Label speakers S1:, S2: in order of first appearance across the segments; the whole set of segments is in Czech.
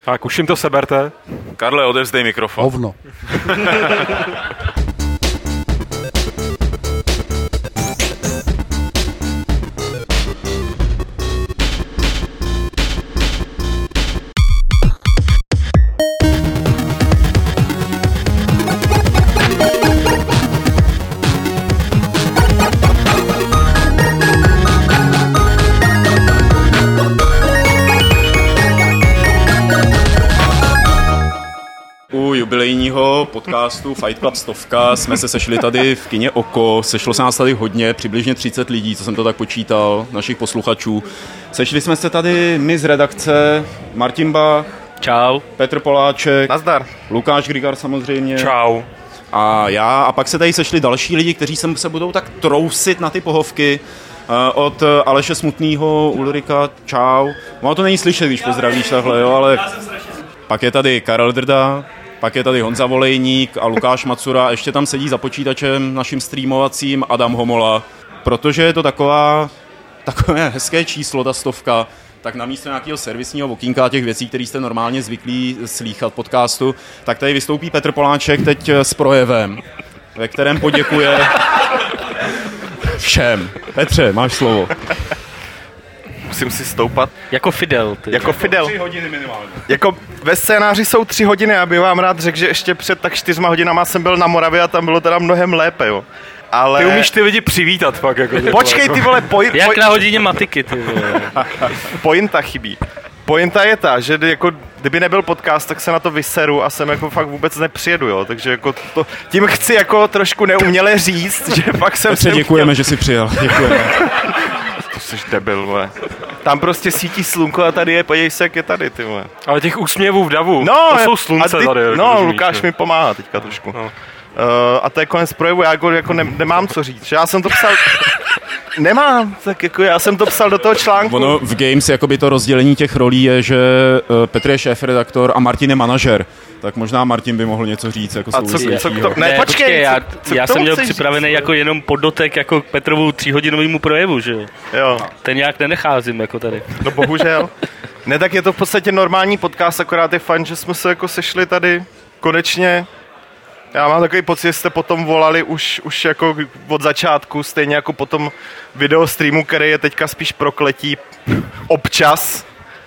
S1: Tak už jim to seberte.
S2: Karle, odevzdej mikrofon.
S3: Hovno.
S2: U jubilejního podcastu Fight Club 100 jsme se sešli tady v kině Oko. Sešlo se nás tady hodně, přibližně 30 lidí, co jsem to tak počítal, našich posluchačů. Sešli jsme se tady my z redakce, Martin Bach.
S4: Čau.
S2: Petr Poláček.
S5: Nazdar.
S2: Lukáš Grigar samozřejmě.
S1: Čau.
S2: A já. A pak se tady sešli další lidi, kteří se budou tak trousit na ty pohovky. Od Aleše Smutnýho, Ulrika, čau. Ono to není slyšet, když pozdravíš takhle, jo, ale pak je tady Karel Drda, pak je tady Honza Volejník a Lukáš Macura a ještě tam sedí za počítačem naším streamovacím Adam Homola. Protože je to takové hezké číslo, ta 100, tak namísto nějakého servisního okýnka těch věcí, které jste normálně zvyklí slýchat v podcastu, tak tady vystoupí Petr Poláček teď s projevem, ve kterém poděkuje všem. Petře, máš slovo.
S5: Musím si stoupat.
S4: Jako Fidel.
S5: Jako Fidel.
S2: 3 hodiny minimálně.
S5: Jako ve scénáři jsou 3 hodiny, aby vám rád řekl, že ještě před tak 4 hodinama jsem byl na Moravě a tam bylo teda mnohem lépe, jo. Ale...
S1: Ty umíš ty lidi přivítat fakt. Jako
S5: Počkej, ty vole,
S4: Jak na hodině matiky, ty vole.
S5: Pointa chybí. Pointa je ta, že jako, kdyby nebyl podcast, tak se na to vyseru a sem jako fakt vůbec nepřijedu, jo. Takže jako to, tím chci jako trošku neuměle říct, že fakt jsem...
S2: Petře, děkujeme, že jsi přijel. Děkujeme.
S5: To jsi debil, vole. Tam prostě svítí slunko a tady je, podívej se, jak je tady, ty vole.
S1: Ale těch úsměvů v davu,
S5: No,
S1: to jsou slunce tady.
S5: No, Lukáš mi pomáhá teďka trošku.
S1: No.
S5: A to je konec projevu, já jako nemám co říct. Já jsem to psal... Nemám, tak jako já jsem to psal do toho článku.
S2: Ono v Games jakoby to rozdělení těch rolí je, že Petr je šéfredaktor a Martin je manažer. Tak možná Martin by mohl něco říct jako
S5: souvisejícího.
S4: Ne, počkej, já jsem měl připravený jako jenom poddotek jako Petrovu 3hodinovému projevu, že
S5: jo.
S4: Ten nějak nenecházím jako tady.
S5: No bohužel. Ne, tak je to v podstatě normální podcast, akorát je fajn, že jsme se jako sešli tady konečně. Já mám takový pocit, že jste potom volali už jako od začátku, stejně jako potom video streamu, který je teďka spíš prokletí občas,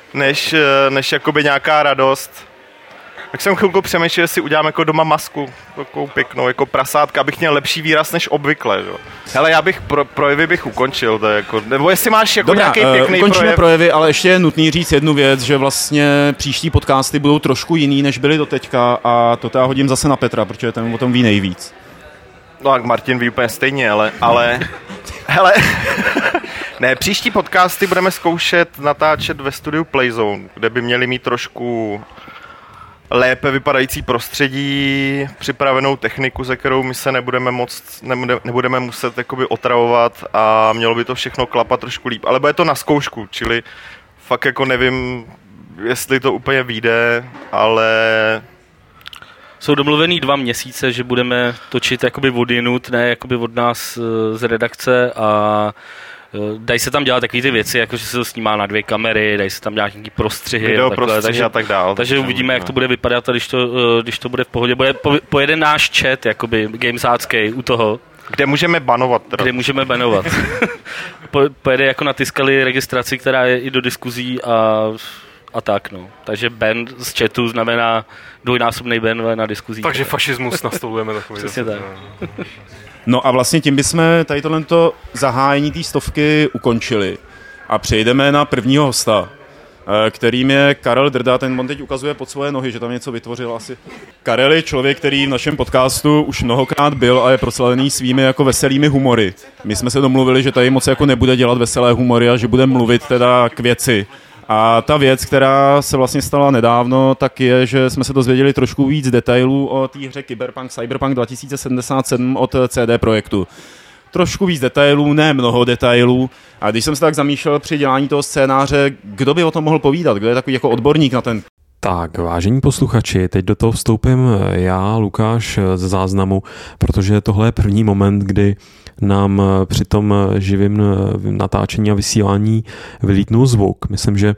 S5: než jakoby nějaká radost. Tak jsem chvilku přemýšlel, že si udělám jako doma masku, takovou pěknou, jako prasátka, abych měl lepší výraz než obvykle, jo. Hele, já bych projevy bych ukončil, to je jako, nebo jestli máš jako nějaký pěkný
S2: ukončíme projevy, ale ještě je nutný říct jednu věc, že vlastně příští podcasty budou trošku jiný, než byly doteďka a to já hodím zase na Petra, protože ten o tom ví nejvíc.
S5: No tak Martin ví úplně stejně, ale hele, ne, příští podcasty budeme zkoušet natáčet ve studiu Playzone, kde by měli mít trošku lépe vypadající prostředí, připravenou techniku, ze kterou my se nebudeme muset jakoby otravovat a mělo by to všechno klapat trošku líp. Ale bude to na zkoušku, čili fakt jako nevím, jestli to úplně vyjde, ale...
S4: Jsou domluvený 2 měsíce, že budeme točit jakoby odjinut, ne jakoby od nás z redakce a dají se tam dělat takové ty věci, jako že se to snímá na 2 kamery, dají se tam dělat nějaký prostřihy
S5: a tak dál.
S4: Takže uvidíme, jak to bude vypadat a když to bude v pohodě. Pojede náš chat, jakoby gamesácký u toho.
S5: Kde můžeme banovat teda.
S4: Kde můžeme banovat. Pojede jako na Tiskali registraci, která je i do diskuzí a tak, no. Takže ban z chatu znamená 2násobný ban na diskuzích.
S1: Takže fašismus nastolujeme takový.
S4: Přesně tak.
S2: No a vlastně tím bychom tady tohleto zahájení té 100 ukončili a přejdeme na prvního hosta, kterým je Karel Drda, ten on teď ukazuje pod svoje nohy, že tam něco vytvořil asi. Karel je člověk, který v našem podcastu už mnohokrát byl a je proslavení svými jako veselými humory. My jsme se domluvili, že tady moc jako nebude dělat veselé humory a že bude mluvit teda k věci. A ta věc, která se vlastně stala nedávno, tak je, že jsme se dozvěděli trošku víc detailů o té hře Cyberpunk 2077 od CD Projektu. Trošku víc detailů, ne mnoho detailů. A když jsem se tak zamýšlel při dělání toho scénáře, kdo by o tom mohl povídat? Kdo je takový jako odborník na ten...
S6: Tak, vážení posluchači, teď do toho vstoupím já, Lukáš, ze záznamu, protože tohle je první moment, kdy nám při tom živém natáčení a vysílání vylítnul zvuk. Myslím, že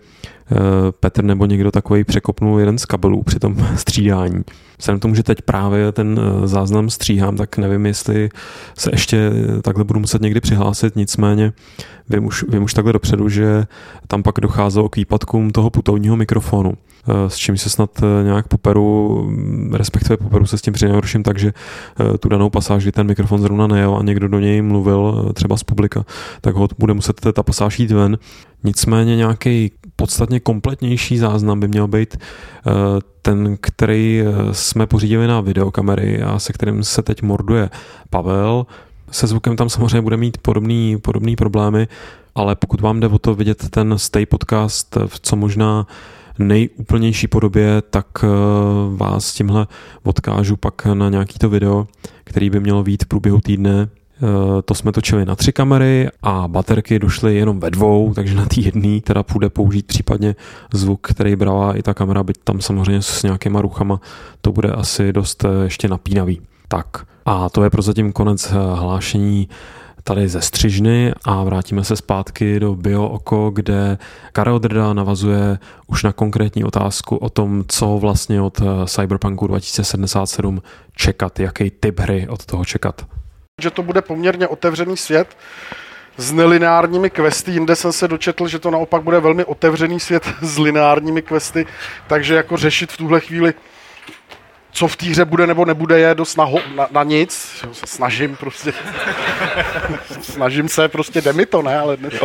S6: Petr nebo někdo takový překopnul jeden z kabelů při tom střídání. Vzhledem k tomu, že teď právě ten záznam stříhám, tak nevím, jestli se ještě takhle budu muset někdy přihlásit, nicméně vím už takhle dopředu, že tam pak docházelo k výpadkům toho putovního mikrofonu, s čím se snad nějak poperu se s tím přinejhorším tak, že tu danou pasáž, kdy ten mikrofon zrovna nejel a někdo do něj mluvil třeba z publika, tak ho bude muset ta pasáž jít ven. Nicméně nějaký podstatně kompletnější záznam by měl být ten, který jsme pořídili na videokamery a se kterým se teď morduje Pavel. Se zvukem tam samozřejmě bude mít podobný problémy, ale pokud vám jde o to vidět ten Stay podcast v co možná nejúplnější podobě, tak vás tímhle odkážu pak na nějaký to video, který by mělo vyjít v průběhu týdne. To jsme točili na 3 kamery a baterky došly jenom ve 2, takže na té jedné teda půjde použít případně zvuk, který brala i ta kamera, byť tam samozřejmě s nějakýma ruchama to bude asi dost ještě napínavý. Tak a to je prozatím konec hlášení tady ze Střižny a vrátíme se zpátky do BioOko, kde Karel Drda navazuje už na konkrétní otázku o tom, co vlastně od Cyberpunku 2077 čekat, jaký typ hry od toho čekat.
S3: Že to bude poměrně otevřený svět s nelineárními questy. Jinde jsem se dočetl, že to naopak bude velmi otevřený svět s lineárními questy, takže jako řešit v tuhle chvíli, co v té hře bude nebo nebude, je dost na nic. Snažím se, prostě jde mi to, ne? Ale dnes...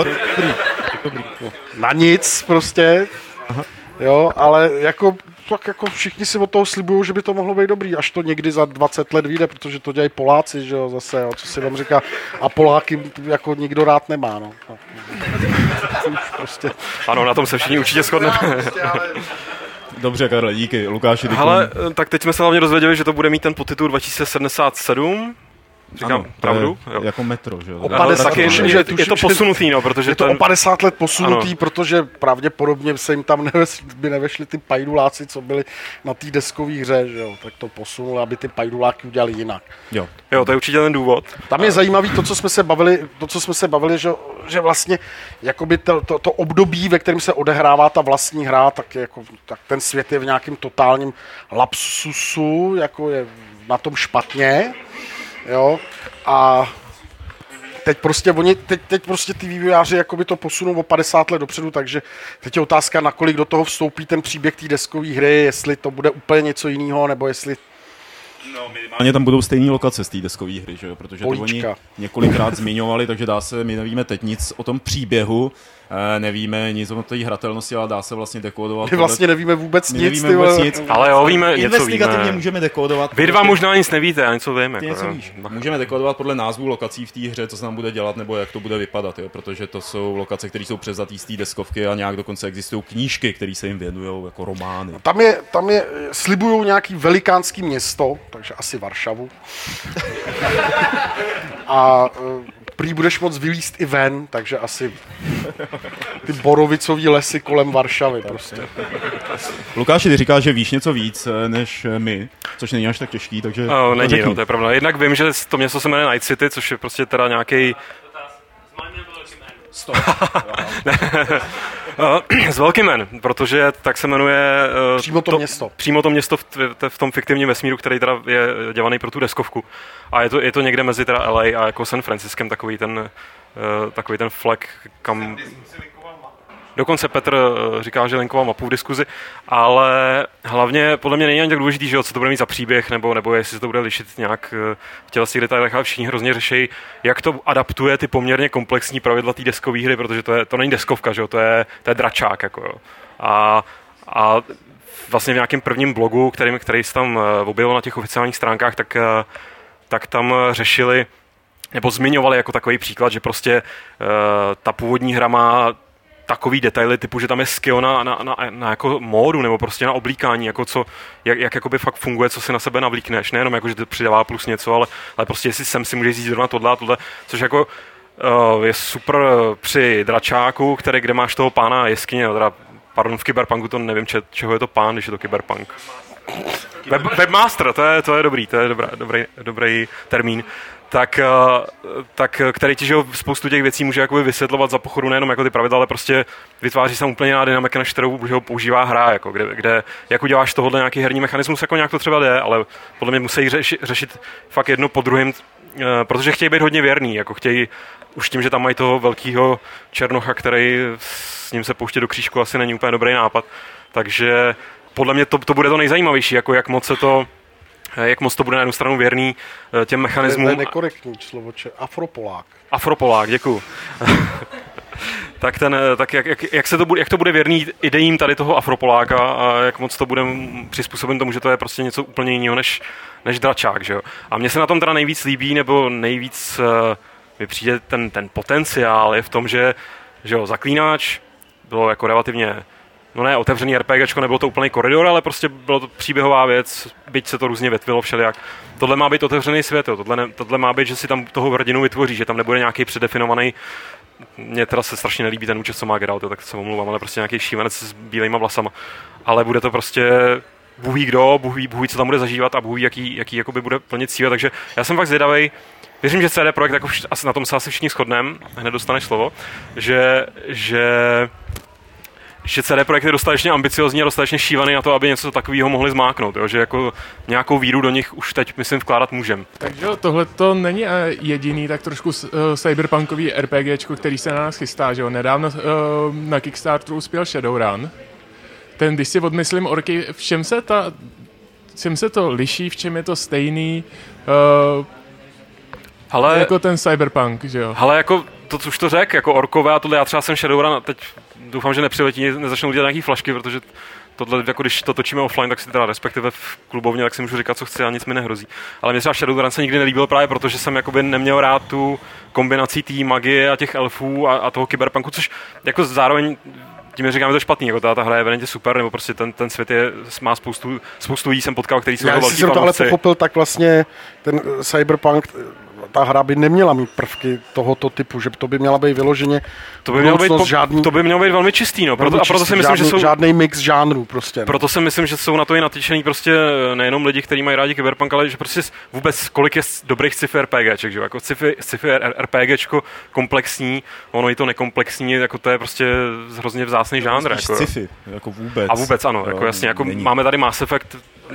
S3: Na nic prostě. Jo, ale jako všichni si od toho slibují, že by to mohlo být dobrý, až to někdy za 20 let vyjde, protože to dělají Poláci, že jo, zase, jo, co si vám říká. A Poláky jako nikdo rád nemá, no.
S1: Prostě. Ano, na tom se všichni určitě shodneme.
S2: Dobře, Karle, díky. Lukáši,
S1: hele, tak teď jsme se hlavně dozvěděli, že to bude mít ten podtitul 2077. Říkám ano,
S2: pravdu? Jako metro, že jo?
S1: Je to posunutý, no, protože
S3: je to o 50 let posunutý, ano. Protože pravděpodobně se jim tam by nevešli ty pajduláci, co byli na té deskové hře, že jo? Tak to posunuli, aby ty pajduláky udělali jinak.
S1: Jo, to je určitě ten důvod.
S3: Tam je zajímavý to, co jsme se bavili, že vlastně jakoby to období, ve kterém se odehrává ta vlastní hra, tak ten svět je v nějakém totálním lapsusu, jako je na tom špatně. Jo, a teď prostě ty vývojáři jakoby to posunou o 50 let dopředu, takže teď je otázka, nakolik do toho vstoupí ten příběh té deskové hry, jestli to bude úplně něco jiného, nebo jestli...
S2: No, minimálně tam budou stejné lokace z té deskové hry, že jo? Protože to oni několikrát zmiňovali, takže my nevíme teď nic o tom příběhu, nevíme nic o té hratelnosti, ale dá se vlastně dekodovat.
S3: My vlastně nevíme vůbec nic.
S1: Ale jo, víme něco.
S2: Investigativně můžeme dekodovat.
S1: Vy dva možná nic nevíte, a něco víme.
S2: Můžeme dekodovat podle názvů lokací v té hře, co se nám bude dělat, nebo jak to bude vypadat, jo? Protože to jsou lokace, které jsou převzatý z té deskovky a nějak dokonce existují knížky, které se jim věnují jako romány.
S3: Tam je slibujou nějaký velikánský město, takže asi Varšavu. A prý budeš moc vylízt i ven, takže asi ty borovicový lesy kolem Varšavy prostě.
S2: Lukáši, ty říkáš, že víš něco víc než my, což není až tak těžký, takže...
S1: Není, to je pravda. Jednak vím, že to město se jmenuje Night City, což je prostě teda nějaký... Z Velký men, protože tak se jmenuje přímo to město v tom fiktivním vesmíru, který teda je dělaný pro tu deskovku. A je to někde mezi teda LA a jako San Franciskem takový ten flek, kam... Dokonce Petr říká, že linkoval mapu v diskuzi, ale hlavně podle mě není ani tak důležitý, že co to bude mít za příběh, nebo jestli se to bude lišit nějak v těch detailech, ale všichni hrozně řeší, jak to adaptuje ty poměrně komplexní pravidla té deskové hry, protože to není deskovka, že jo, to je dračák, jako jo. A vlastně v nějakém prvním blogu, který se tam objevil na těch oficiálních stránkách, tak tam řešili, nebo zmiňovali jako takový příklad, že prostě ta původní hra má takový detaily typu, že tam je skill na jako módu nebo prostě na oblíkání, jako jak jakoby fakt funguje, co si na sebe navlíkneš, nejenom jako, že to přidává plus něco, ale prostě jestli sem si můžeš říct zrovna tohle, což jako je super při dračáku, kde máš toho pána jeskyně, teda Pardon, v Cyberpunku to nevím, čeho je to pán, když je to Cyberpunk. Webmaster, to je dobrý, to je dobrý termín. Tak který ti, že spoustu těch věcí může jakoby vysvětlovat za pochodu nejenom jako ty pravidla, ale prostě vytváří se úplně jiná dynamika, než kterou používá hra, jako kde jak uděláš tohohle nějaký herní mechanismus, jako nějak to třeba jde, ale podle mě musí řešit fakt jedno po druhém, protože chtějí být hodně věrný, jako chtějí už tím, že tam mají toho velkého černocha, který s ním se pouštět do křížku, asi není úplně dobrý nápad, takže podle mě to bude to nejzajímavější, jako jak moc to bude na jednu stranu věrný těm mechanismům.
S3: To je nekorektní slovoče.
S1: Afropolák, děkuju. Jak to bude věrný idejím tady toho Afropoláka a jak moc to bude přizpůsoben tomu, že to je prostě něco úplně jiného než dračák, že jo. A mně se na tom teda nejvíc líbí, nebo nejvíc mi přijde ten potenciál je v tom, že jo, Zaklínač bylo jako relativně otevřený RPGčko, nebylo to úplný koridor, ale prostě bylo to příběhová věc, byť se to různě větvilo všelijak. Tohle má být otevřený svět, tohle má být, že si tam toho hrdinu vytvoří, že tam nebude nějaký předefinovaný. Mně teda se strašně nelíbí ten účet, co má Geralt, tak se omlouvám, ale prostě nějaký šívenec s bílejma vlasama. Ale bude to prostě Bůh ví kdo, Bůh ví, co tam bude zažívat a Bůh ví, jaký jakoby bude plnit cíle, takže já jsem fakt zvědavej. Věřím, že CD Projekt, jako na tom se asi všichni shodneme, hned dostaneš slovo, že CD Projekt je dostatečně ambiciozní a dostatečně šívaný na to, aby něco takového mohli zmáknout, jo? Že jako nějakou víru do nich už teď, myslím, vkládat můžem.
S7: Takže tohle to není jediný tak trošku cyberpunkový RPGčko, který se na nás chystá, že jo? Nedávno na Kickstarteru uspěl Shadowrun. Ten, když si odmyslím orky, v čem se to liší, v čem je to stejný, jako ten cyberpunk, že jo?
S1: Ale jako to, co už to řekl, jako orkové a tohle, já třeba jsem Shadowrun, teď doufám, že nepřiletí, nezačnou dělat nějaký flašky, protože tohle, jako když to točíme offline, tak si teda respektive v klubovně, tak si můžu říkat, co chci a nic mi nehrozí. Ale mě třeba Shadowrun se nikdy nelíbil právě proto, že jsem jakoby neměl rád tu kombinaci té magie a těch elfů a toho cyberpunku, což jako zároveň tím říkáme to špatný, jako ta hra je evidentně super, nebo prostě ten svět má spoustu lidí jsem potkal, který jsou velký fanoušci.
S3: Já jsem to ale pochopil, tak vlastně ten cyberpunk, ta hra by neměla mít prvky tohoto typu, že to by měla být vyloženě
S1: to by mělo být velmi čistý, no. Proto si myslím, že jsou
S3: žádný mix žánrů prostě.
S1: Proto si myslím, že jsou na to i natyčený prostě nejenom lidi, kteří mají rádi cyberpunk, ale že prostě vůbec kolik je dobrých sci-fi RPGček, že jo? Jako sci-fi RPGčko komplexní, ono i to nekomplexní, jako to je prostě hrozně vzácný žánr, jako
S2: sci-fi, jako vůbec.
S1: A vůbec ano, jako jasně, jako máme tady Mass Effect,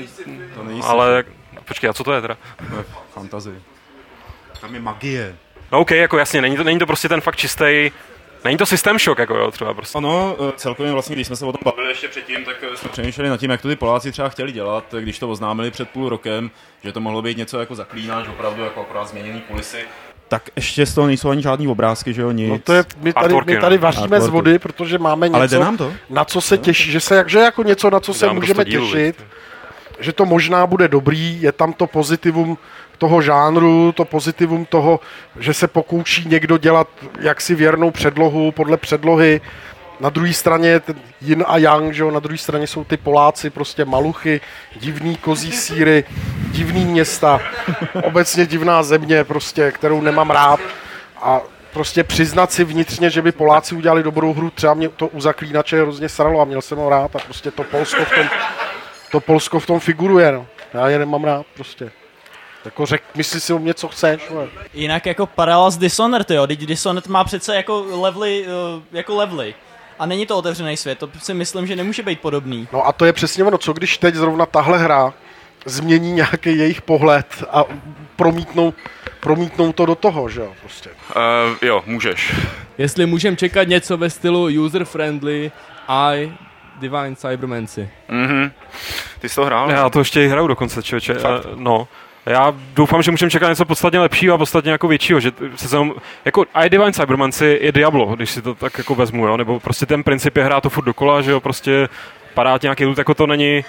S1: ale počkej, a co to je teda?
S2: Fantasy. Tam je magie.
S1: No OK, jako jasně, není to prostě ten fakt čistý. Není to System Shock, jako jo, třeba prostě.
S2: Ano, celkově vlastně, když jsme se o tom bavili ještě předtím, tak jsme přemýšleli nad tím, jak to ty Poláci třeba chtěli dělat, když to oznámili před půl rokem, že to mohlo být něco jako Zaklínač, opravdu jako akorát změněný kulisy. Tak ještě z toho nejsou ani žádný obrázky, že jo, nic.
S3: No to je, my tady vaříme z vody, protože máme něco, na co se těší, že jako něco, na co se můžeme těšit, že to možná bude dobrý, je tam to pozitivum toho žánru, to pozitivum toho, že se pokouší někdo dělat jaksi věrnou předlohu podle předlohy. Na druhé straně je ten yin a yang, že jo? Na druhé straně jsou ty Poláci, prostě maluchy, divný kozí sýry, divný města, obecně divná země, prostě, kterou nemám rád. A prostě přiznat si vnitřně, že by Poláci udělali dobrou hru, třeba mě to u Zaklínače hrozně sralo a měl jsem ho rád a prostě to Polsko v tom figuruje, no. Já je nemám rád, prostě. Jako myslí si o mě, co chceš. Ne?
S8: Jinak jako paralela s Dishonored, jo. Dishonored má přece jako levely. A není to otevřený svět, to si myslím, že nemůže být podobný.
S3: No a to je přesně ono, co když teď zrovna tahle hra změní nějaký jejich pohled a promítnou to do toho, že jo, prostě.
S2: Jo, můžeš.
S9: Jestli můžem čekat něco ve stylu user-friendly Divine Cybermancy.
S2: Ty jsi to hrál?
S1: Já to ještě hraju dokonce, člověče. No. Já doufám, že můžeme čekat něco podstatně lepšího a podstatně jako většího, že jako Divine Cybermancy je Diablo, když si to tak jako vezmu, jo, nebo prostě ten princip je hrát to furt dokola, že jo, prostě padá ti nějaký loot, jako to není,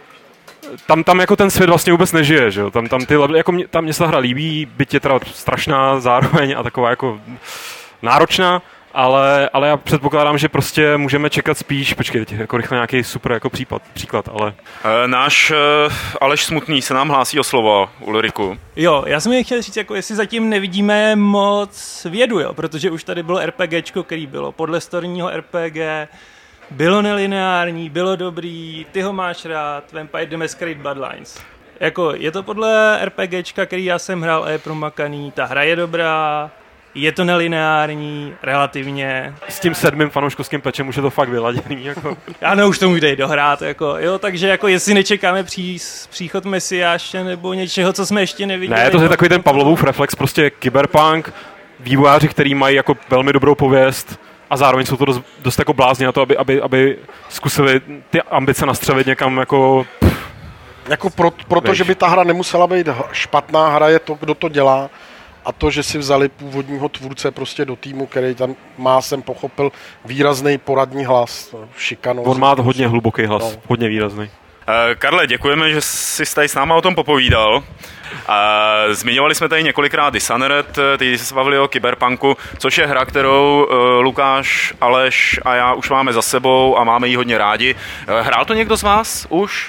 S1: tam jako ten svět vlastně vůbec nežije, že jo, tam ty levely, jako tam mě se ta hra líbí, byť je teda strašná zároveň a taková jako náročná, ale já předpokládám, že prostě můžeme čekat spíš, počkej, teď jako rychle nějaký super jako příklad, ale...
S2: Náš Aleš Smutný se nám hlásí o slovo, Ulriku.
S8: Jo, já jsem jen chtěl říct, jako jestli zatím nevidíme moc vědu, jo, protože už tady bylo RPGčko, který bylo podle storního RPG,
S10: bylo nelineární, bylo dobrý, ty ho máš rád, Vampire the Masquerade Bloodlines. Jako, je to podle RPGčka, který já jsem hrál a je promakaný, ta hra je dobrá, je to nelineární, relativně.
S1: S tím 7. fanouškovským pečem už je to fakt vyladěný. Jako.
S10: Ano, už tomu jde dohrát, jako, jo, takže jako jestli nečekáme příchod Mesiáše nebo něčeho, co jsme ještě neviděli.
S1: Ne, to je takový ten Pavlovův reflex, prostě Cyberpunk, vývojáři, který mají jako velmi dobrou pověst a zároveň jsou to dost jako blázni na to, aby zkusili ty ambice nastřelit někam jako...
S3: Jako proto, že by ta hra nemusela být špatná hra, je to, kdo to dělá. A to, že si vzali původního tvůrce prostě do týmu, který tam má, jsem pochopil, výrazný poradní hlas. Šikanózní.
S1: On má hodně hluboký hlas, no. Hodně výrazný.
S2: Karle, děkujeme, že jsi tady s náma o tom popovídal. Zmiňovali jsme tady několikrát Dishonored, teď se bavili o Cyberpunku, což je hra, kterou Lukáš, Aleš a já už máme za sebou a máme ji hodně rádi. Hrál to někdo z vás už?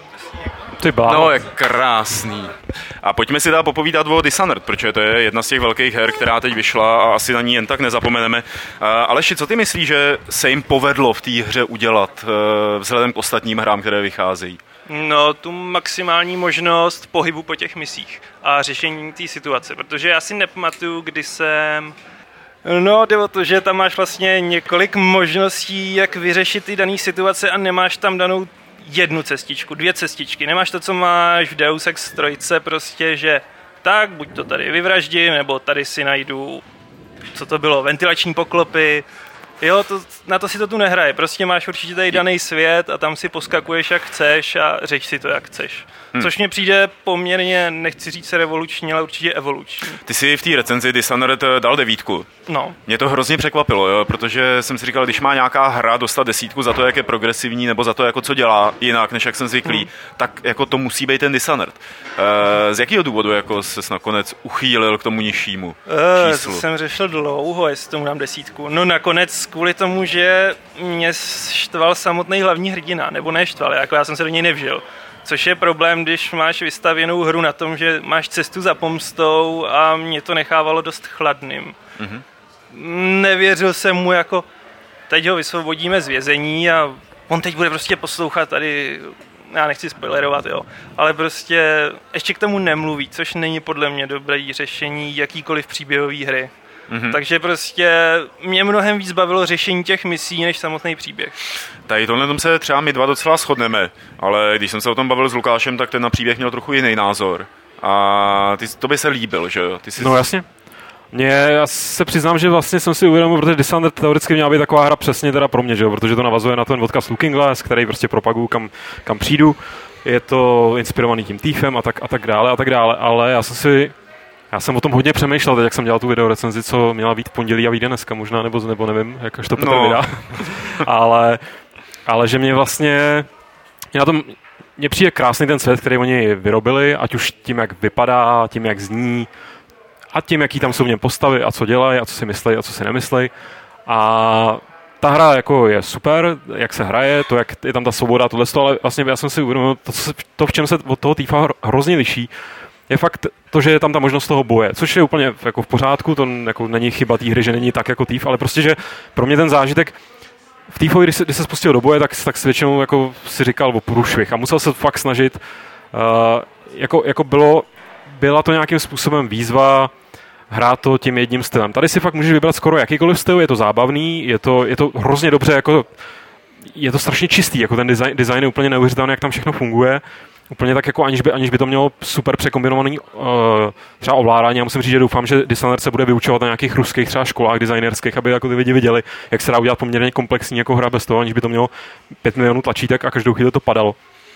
S2: No, je krásný. A pojďme si dál popovídat o Dishonored, protože to je jedna z těch velkých her, která teď vyšla a asi na ní jen tak nezapomeneme. Aleši, co ty myslíš, že se jim povedlo v té hře udělat vzhledem k ostatním hrám, které vycházejí?
S10: No, tu maximální možnost pohybu po těch misích a řešení té situace, protože já si nepamatuju, kdy jsem... No, jde o to, že tam máš vlastně několik možností, jak vyřešit ty dané situace a nemáš tam danou jednu cestičku, 2 cestičky. Nemáš to, co máš v Deus Ex 3, prostě, že tak, buď to tady vyvraždím, nebo tady si najdu, co to bylo, ventilační poklopy. Jo, na to si to tu nehraje. Prostě máš určitě tady daný svět a tam si poskakuješ, jak chceš a řeš si to, jak chceš. Což mně přijde poměrně, nechci říct revoluční, ale určitě evoluční.
S2: Ty jsi v té recenzi Dishonored dal 9.
S10: No.
S2: Mě to hrozně překvapilo, jo, protože jsem si říkal, když má nějaká hra dostat 10 za to, jak je progresivní, nebo za to, jako co dělá jinak, než jak jsem zvyklý, tak jako to musí být ten Dishonored. Z jakého důvodu jako ses nakonec uchýlil k tomu nižšímu číslu?
S10: To jsem řešil dlouho, jestli tomu dám 10. No nakonec kvůli tomu, že mě štval samotný hlavní hrdina, nebo neštval, jako já jsem se do něj nevžil. Což je problém, když máš vystavěnou hru na tom, že máš cestu za pomstou a mě to nechávalo dost chladným. Mm-hmm. Nevěřil jsem mu jako, teď ho vysvobodíme z vězení a on teď bude prostě poslouchat tady, já nechci spoilerovat, jo, ale prostě ještě k tomu nemluví, což není podle mě dobré řešení jakýkoliv příběhové hry. Mm-hmm. Takže prostě mě mnohem víc bavilo řešení těch misí, než samotný příběh.
S2: Tady tohle tom se třeba my dva docela shodneme, ale když jsem se o tom bavil s Lukášem, tak ten na příběh měl trochu jiný názor. A to by se líbil, že jo?
S1: No jasně. Já se přiznám, že vlastně jsem si uvědomil, protože Dishonored teoreticky měla být taková hra přesně teda pro mě, že jo? Protože to navazuje na ten odkaz Looking Glass, který prostě propaguju, kam přijdu. Je to inspirovaný tím Thiefem a tak dále, ale já jsem o tom hodně přemýšlel, teď jak jsem dělal tu videorecenzi, co měla být v pondělí a vyjde dneska možná, nebo nevím, jakož to Petr vydá. ale že mě vlastně, mně přijde krásný ten svět, který oni vyrobili, ať už tím, jak vypadá, tím, jak zní, a tím, jaký tam jsou v něm postavy a co dělají, a co si myslej a co si nemyslej. A ta hra jako je super, jak se hraje, to, jak je tam ta svoboda, ale vlastně já jsem si uvědomil, to v čem se od toho Thiefa hrozně liší, je fakt to, že je tam ta možnost toho boje, což je úplně jako v pořádku, to jako není chyba té hry, že není tak jako Thief, ale prostě, že pro mě ten zážitek v Thiefovi, když se spustil do boje, tak většinou jako si říkal o průšvih a musel se fakt snažit, byla to nějakým způsobem výzva hrát to tím jedním stylem. Tady si fakt můžeš vybrat skoro jakýkoliv styl, je to zábavný, je to hrozně dobře, jako je to strašně čistý, jako ten design je úplně neuvěřitelný, jak tam všechno funguje. Úplně tak jako aniž by to mělo super překombinovaný třeba ovládání. Já musím říct, že doufám, že Dishonored se bude vyučovat na nějakých ruských třeba školách designerských, aby jako ty lidi viděli, jak se dá udělat poměrně komplexní jako hra bez toho, aniž by to mělo 5 milionů tlačítek a každou chvíli to padalo.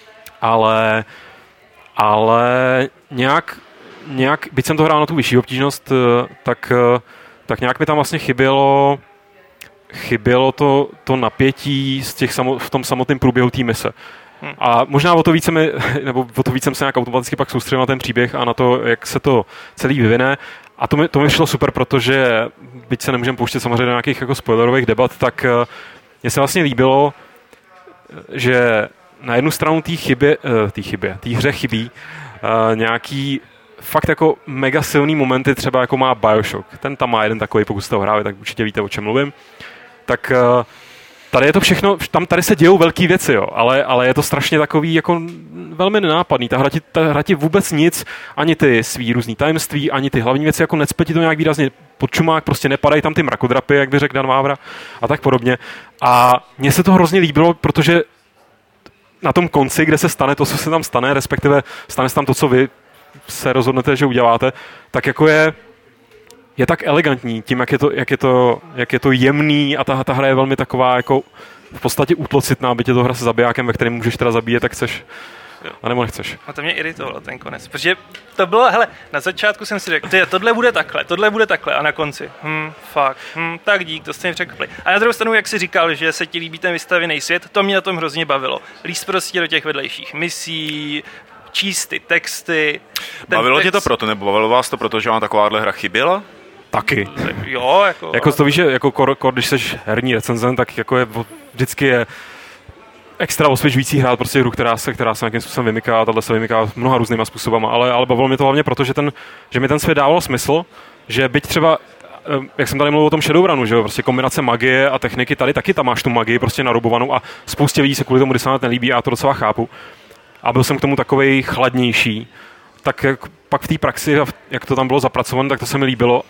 S1: Ale nějak, byť jsem to hrál na tu vyšší obtížnost, tak nějak mi tam vlastně chybělo to napětí v tom samotném průběhu té mise. A možná o to víc jsem se nějak automaticky pak soustředil na ten příběh a na to, jak se to celý vyvine. A to mi šlo super, protože byť se nemůžeme pouštět samozřejmě do nějakých jako spoilerových debat, tak mně se vlastně líbilo, že na jednu stranu té hře chybí nějaký fakt jako mega silný momenty, třeba jako má BioShock. Ten tam má jeden takový, pokud jste ho hráli, tak určitě víte, o čem mluvím. Tak tady je to všechno, tady se dějou velké věci, jo, ale je to strašně takový jako velmi nenápadný. Ta hra ti vůbec nic, ani ty svý různý tajemství, ani ty hlavní věci, jako necpe ti to nějak výrazně pod čumák, prostě nepadají tam ty mrakodrapy, jak by řekl Dan Vávra a tak podobně. A mně se to hrozně líbilo, protože na tom konci, kde se stane to, co se tam stane, respektive stane se tam to, co vy se rozhodnete, že uděláte, tak jako je tak elegantní tím, jak je to jemný a ta hra je velmi taková jako v podstatě útlocitná, byť je to hra se zabijákem, ve kterém můžeš teda zabíjet, tak chceš. A nebo nechceš.
S10: A to mě iritovalo ten konec, protože to bylo, hele, na začátku jsem si řekl, tohle bude takhle a na konci, tak dík, to jste mi řekli. A na druhou stranu, jak jsi říkal, že se ti líbí ten vystavěný svět, to mě na tom hrozně bavilo. Líst prostě do těch vedlejších misí, číst ty texty.
S2: Bavilo tě to proto, nebo bavilo vás to proto, že vám takováhle hra chyběla?
S1: Taky.
S10: Jo,
S1: jako to víš, že jako když jsi herní recenzent, tak jako vždycky je extra osvěžující hrát prostě hru, která se nějakým způsobem vymyká, tahle se vymyká mnoha různýma způsobama, ale bavilo mě to hlavně proto, že mi ten svět dával smysl, že byť třeba, jak jsem tady mluvil o tom Shadowrunu, že jo, prostě kombinace magie a techniky, tady taky tam máš tu magii prostě narubovanou a spoustě lidí se kvůli tomu Dishonored nelíbí a já to docela chápu. A byl jsem k tomu takovej chladnější, tak pak v té praxi, jak to tam bylo zapracované, tak to se mi líbilo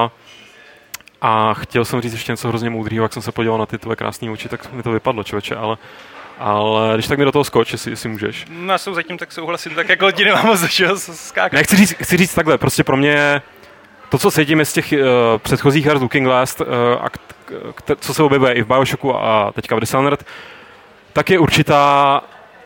S1: a chtěl jsem říct ještě něco hrozně moudrýho, jak jsem se podíval na ty tvoje krásné oči, tak mi to vypadlo, člověče, ale když tak mi do toho skoč, jestli můžeš.
S10: No, jsou zatím tak souhlasím, tak jako ti nemám moc do čeho skákat.
S1: Ne, chci říct takhle, prostě pro mě to, co cítím z těch předchozích her z Looking Glass, co se objevuje i v Bioshocku a teďka v Dishonored, tak je určitá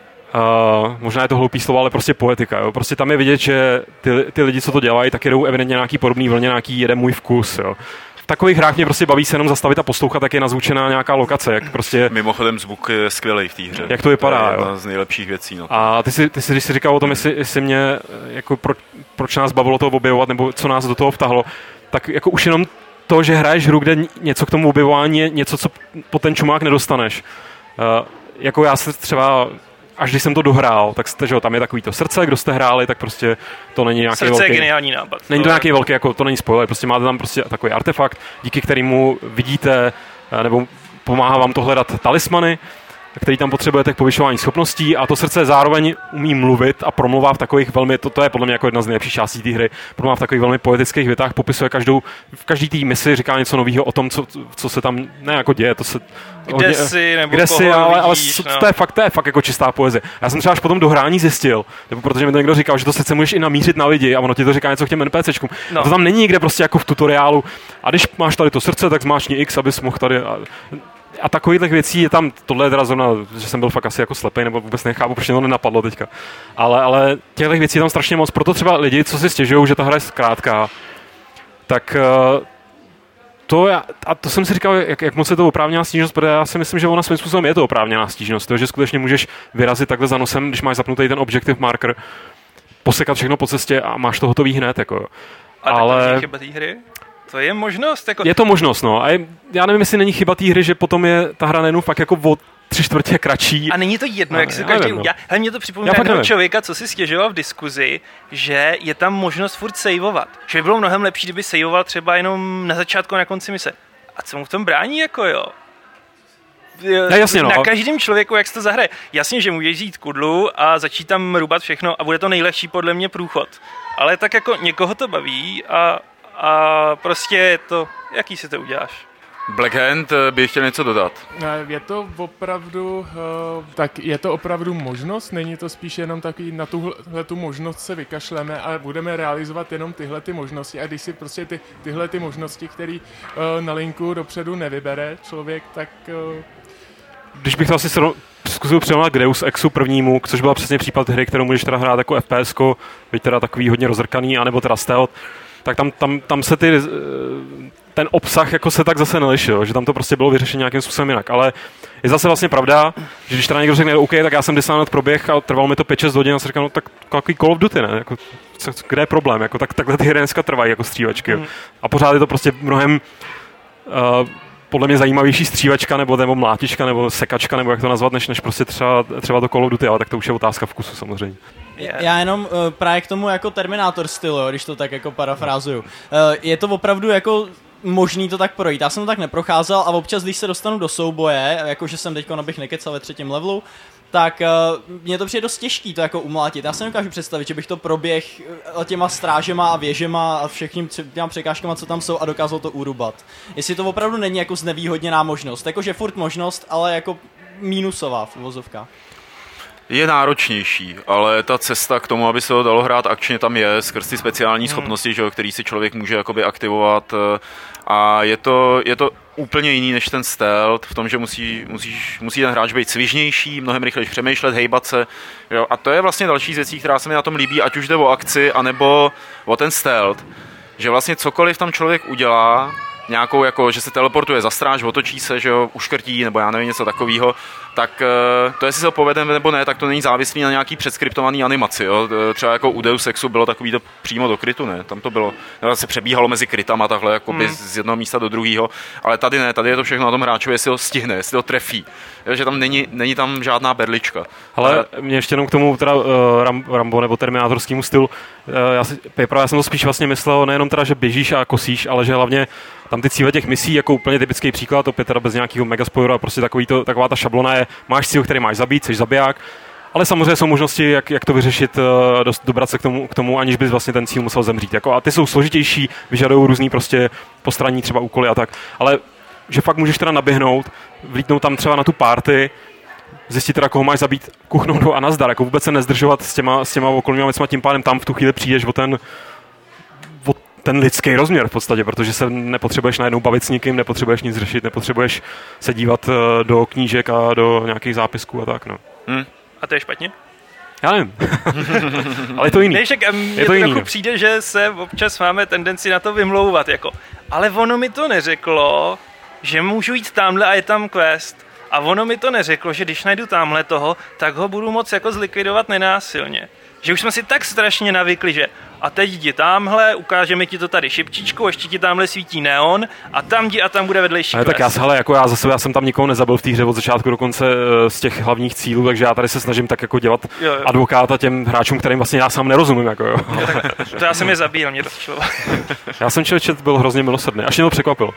S1: možná je to hloupý slovo, ale prostě poetika. Jo? Prostě tam je vidět, že ty lidi, co to dělají, tak jedou evidentně nějaký podobný vlně, nějaký jede můj vkus. Jo? V takových hrách mě prostě baví se jenom zastavit a poslouchat, jak je nazvučená nějaká lokace. Jak prostě,
S2: mimochodem zvuk je skvělý v té hře.
S1: Jak to vypadá.
S2: To je jedna z nejlepších věcí. No.
S1: A ty si, když jsi říkal o tom, jestli mě, jako proč nás bavilo to objevovat, nebo co nás do toho vtahlo, tak jako už jenom to, že hraješ hru, kde něco k tomu objevování je něco, co po ten čumák nedostaneš. Jako já se třeba až když jsem to dohrál, tak jste, že tam je takový to srdce, kdo jste hráli, tak prostě to není nějaký
S10: srdce
S1: velký...
S10: Srdce je geniální nápad.
S1: Není to nějaký velký, jako to není spoiler, prostě máte tam prostě takový artefakt, díky kterému vidíte, nebo pomáhá vám to hledat talismany, který tam potřebujete k povyšování schopností a to srdce zároveň umí mluvit a promluvá v takových velmi, to je podle mě jako jedna z nejlepších částí té hry, promluvá v takových velmi poetických větách, popisuje v každý té misi říká něco nového o tom, co se tam ne jako děje, to se
S10: kde jsi,
S1: ale
S10: vidíš,
S1: to je fakt jako čistá poezie. Já jsem třeba až po tom dohrání zjistil, nebo protože mi to někdo říkal, že to srdce můžeš i namířit na lidi a ono ti to říká něco k těm NPCčkům. No. To tam není nikde prostě jako v tutoriálu. A když máš tady to srdce, tak zmáčkni X, abys mohl tady a takových věcí je tam, tohle je teda zrovna, že jsem byl fakt asi jako slepej, nebo vůbec nechápu, proč mě to nenapadlo teďka. Ale těchto věcí je tam strašně moc, proto třeba lidi, co si stěžují, že ta hra je krátká, tak to jsem si říkal, jak moc je to oprávněná stížnost, protože já si myslím, že ona svým způsobem je to oprávněná stížnost, že skutečně můžeš vyrazit takhle za nosem, když máš zapnutý ten objective marker, posekat všechno po cestě a máš to hotový hned. Jako.
S10: Ale tak chyba té hry? To je možnost. Jako...
S1: Je to možnost, no. A já nevím, jestli není chyba té hry, že potom je ta hra najednou fakt jako o 3/4 kratší.
S10: A není to jedno, jak si každý udělá. Hele, mě to připomíná jednoho člověka, co si stěžoval v diskuzi, že je tam možnost furt saveovat. Že by bylo mnohem lepší, kdyby saveoval třeba jenom na začátku a na konci mise. A co mu v tom brání, jako jo?
S1: Ne, jasně, no.
S10: Na každém člověku, jak se to zahraje. Jasně, že můžeš jít kudlu a začít tam rubat všechno a bude to nejlehčí podle mě průchod. Ale tak jako někoho to baví a prostě je to, jaký si to uděláš.
S2: Black Hand by chtěl něco dodat.
S7: Je to opravdu možnost, není to spíš jenom takový, na tuhletu možnost se vykašleme a budeme realizovat jenom tyhle ty možnosti a když si prostě tyhle ty možnosti, které na linku dopředu nevybere člověk, tak...
S1: Když bych to asi zkusil přeměnit k Deus Exu prvnímu, což byla přesně případ hry, kterou můžeš teda hrát jako FPSko, byť teda takový hodně rozrkaný, anebo teda stealth, tak tam se ten obsah jako se tak zase nelišil, že tam to prostě bylo vyřešeno nějakým způsobem jinak, ale je zase vlastně pravda, že když teda někdo řekne, OK, tak já jsem Dishonored proběh a trvalo mi to 5-6 hodin a jsem říkal, no tak takový Call of Duty, ne? Jako, kde je problém? Jako, takhle ty hry dneska trvají jako střívačky. A pořád je to prostě mnohem podle mě zajímavější střívačka nebo mlátička nebo sekačka, nebo jak to nazvat, než prostě třeba to Call of Duty, ale tak to už je otázka vkusu samozřejmě.
S8: Já jenom právě k tomu jako Terminator stylu, když to tak jako parafrázuju. Je to opravdu jako možný to tak projít. Já jsem to tak neprocházel a občas, když se dostanu do souboje, jakože jsem teďko, abych nekecal ve 3. levelu, tak mně to přijde dost těžký to jako umlátit. Já si nedokážu představit, že bych to proběh těma strážema a věžema a všechním těma překážkama, co tam jsou a dokázal to urubat. Jestli to opravdu není jako znevýhodněná možnost. Jakože furt možnost, ale jako mínusová v uvozovkách.
S2: Je náročnější, ale ta cesta k tomu, aby se ho dalo hrát akčně, tam je skrz ty speciální schopnosti, že, který si člověk může jakoby aktivovat a je to úplně jiný než ten stealth v tom, že musí ten hráč být svižnější, mnohem rychleji přemýšlet, hejbat se. Jo? A to je vlastně další z věcí, která se mi na tom líbí, ať už jde o akci, anebo o ten stealth, že vlastně cokoliv tam člověk udělá, nějakou, jako, že se teleportuje za stráž, otočí se, že jo, uškrtí, nebo já nevím, něco takového, tak to, jestli se ho povede nebo ne, tak to není závislý na nějaký předskriptovaný animaci. Jo. Třeba jako u Deus Exu bylo takový to přímo do krytu, ne? Tam to bylo, se přebíhalo mezi krytama takhle, jakoby z jednoho místa do druhého, ale tady ne, tady je to všechno na tom hráčovi, jestli ho stihne, jestli ho trefí. Jo, že tam není tam žádná berlička.
S1: Ale mě ještě jenom k tomu teda Rambo nebo terminátorskému stylu, já jsem to spíš vlastně myslel nejenom teda, že běžíš a kosíš, ale že hlavně tam ty cíle těch misí, jako úplně typický příklad, opět teda bez nějakého megaspoileru a prostě taková ta šablona je, máš cíl, který máš zabít, jsi zabiják, ale samozřejmě jsou možnosti, jak to vyřešit, dobrat se k tomu, aniž bys vlastně ten cíl musel zemřít. Jako, a ty jsou složitější, vyžadují různý prostě postranní třeba úkoly a tak, ale že fakt můžeš teda naběhnout, vlítnout tam třeba na tu party, zjistit teda, koho máš zabít, kuchnout a nazdar, jako vůbec se nezdržovat s těma okolníma věcma, tím pádem tam v tu chvíli přijdeš o ten lidský rozměr v podstatě, protože se nepotřebuješ najednou bavit s nikým, nepotřebuješ nic řešit, nepotřebuješ se dívat do knížek a do nějakých zápisků a tak, no.
S10: A to je špatně?
S1: Já nevím. Ale je to jiný.
S10: Mně to trochu přijde, že se občas máme tendenci na to vymlouvat, jako. Ale ono mi to neřeklo, že můžu jít tamhle a je tam quest. A ono mi to neřeklo, že když najdu tamhle toho, tak ho budu moc jako zlikvidovat nenásilně. Že už jsme si tak strašně navykli, že a teď jdi tamhle, ukážeme ti to tady šipčičkou, ještě ti tamhle svítí neon a tam bude vedlejší quest.
S1: Tak já jsem tam nikoho nezabil v té hře od začátku do konce z těch hlavních cílů, takže já tady se snažím tak jako dělat advokáta těm hráčům, kterým vlastně já sám nerozumím. Jako, jo.
S10: To já jsem je zabíjel, mě to šlo.
S1: Já jsem chat byl hrozně milosrdný, až mě to překvapilo.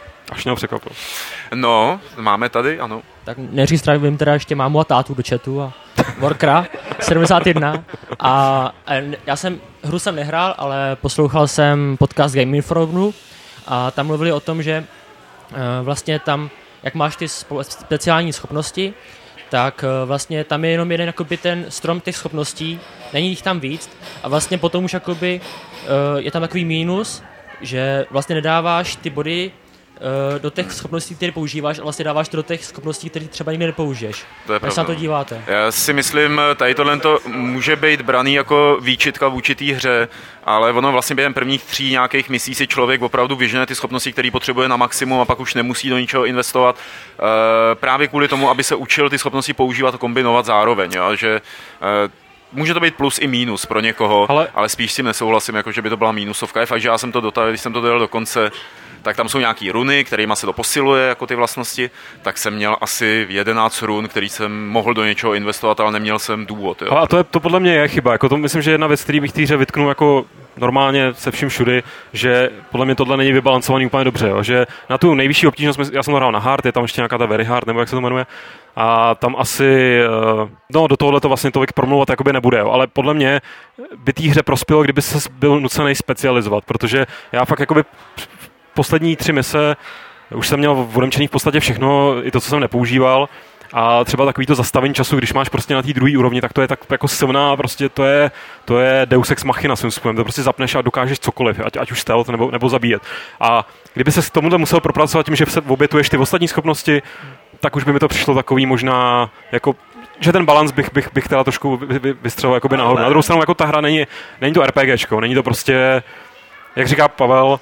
S2: No, máme tady, ano.
S11: Tak neříct, vím teda ještě mámu a tátu do chatu a Warcraft 71 a hru jsem nehrál, ale poslouchal jsem podcast Game Informu a tam mluvili o tom, že vlastně tam, jak máš ty speciální schopnosti, tak vlastně tam je jenom jeden jakoby ten strom těch schopností, není jich tam víc a vlastně potom už jakoby je tam takový mínus, že vlastně nedáváš ty body do těch schopností, které používáš a vlastně dáváš to do těch schopností, které třeba nikdy nepoužiješ. Jak se na to díváte?
S2: Já si myslím, tady tohle může být braný jako výčitka v určitý hře, ale ono vlastně během prvních 3 nějakých misí si člověk opravdu vyžene ty schopnosti, které potřebuje na maximum a pak už nemusí do ničeho investovat. Právě kvůli tomu, aby se učil ty schopnosti používat a kombinovat zároveň. Jo? Že, může to být plus i mínus pro někoho, ale spíš s tím nesouhlasím, jako že by to byla mínusovka. Je fakt, že já jsem to dotavil, když jsem to dojel do konce, tak tam jsou nějaký runy, kterýma se to posiluje, jako ty vlastnosti, tak jsem měl asi 11 run, který jsem mohl do něčeho investovat, ale neměl jsem důvod. Jo.
S1: A to podle mě je chyba. Jako to myslím, že jedna věc, který bych té hře vytknul jako normálně se vším všudy, že podle mě tohle není vybalancovaný úplně dobře. Jo. Že na tu nejvyšší obtížnost, já jsem to hrál na hard, je tam ještě nějaká ta very hard, nebo jak se to jmenuje, a tam asi, do tohohle to vlastně tolik promluvat jakoby nebude, jo. Ale podle mě by té hře prospělo, kdyby se byl nucený specializovat, protože já fakt jakoby poslední 3 mise už jsem měl odemčený v podstatě všechno, i to, co jsem nepoužíval. A třeba takový to zastavení času, když máš prostě na té druhé úrovni, tak to je tak jako silná, prostě to je Deus Ex Machina svým způsobem. To prostě zapneš a dokážeš cokoliv, ať už stealth nebo zabíjet. A kdyby se s tomuhle musel propracovat tím, že se obětuješ ty ostatní schopnosti, tak už by mi to přišlo takový možná jako že ten balans bych teda trošku vystřelil jakoby nahoru. Na druhou stranu jako ta hra není to RPGčko, není to prostě, jak říká Pavel,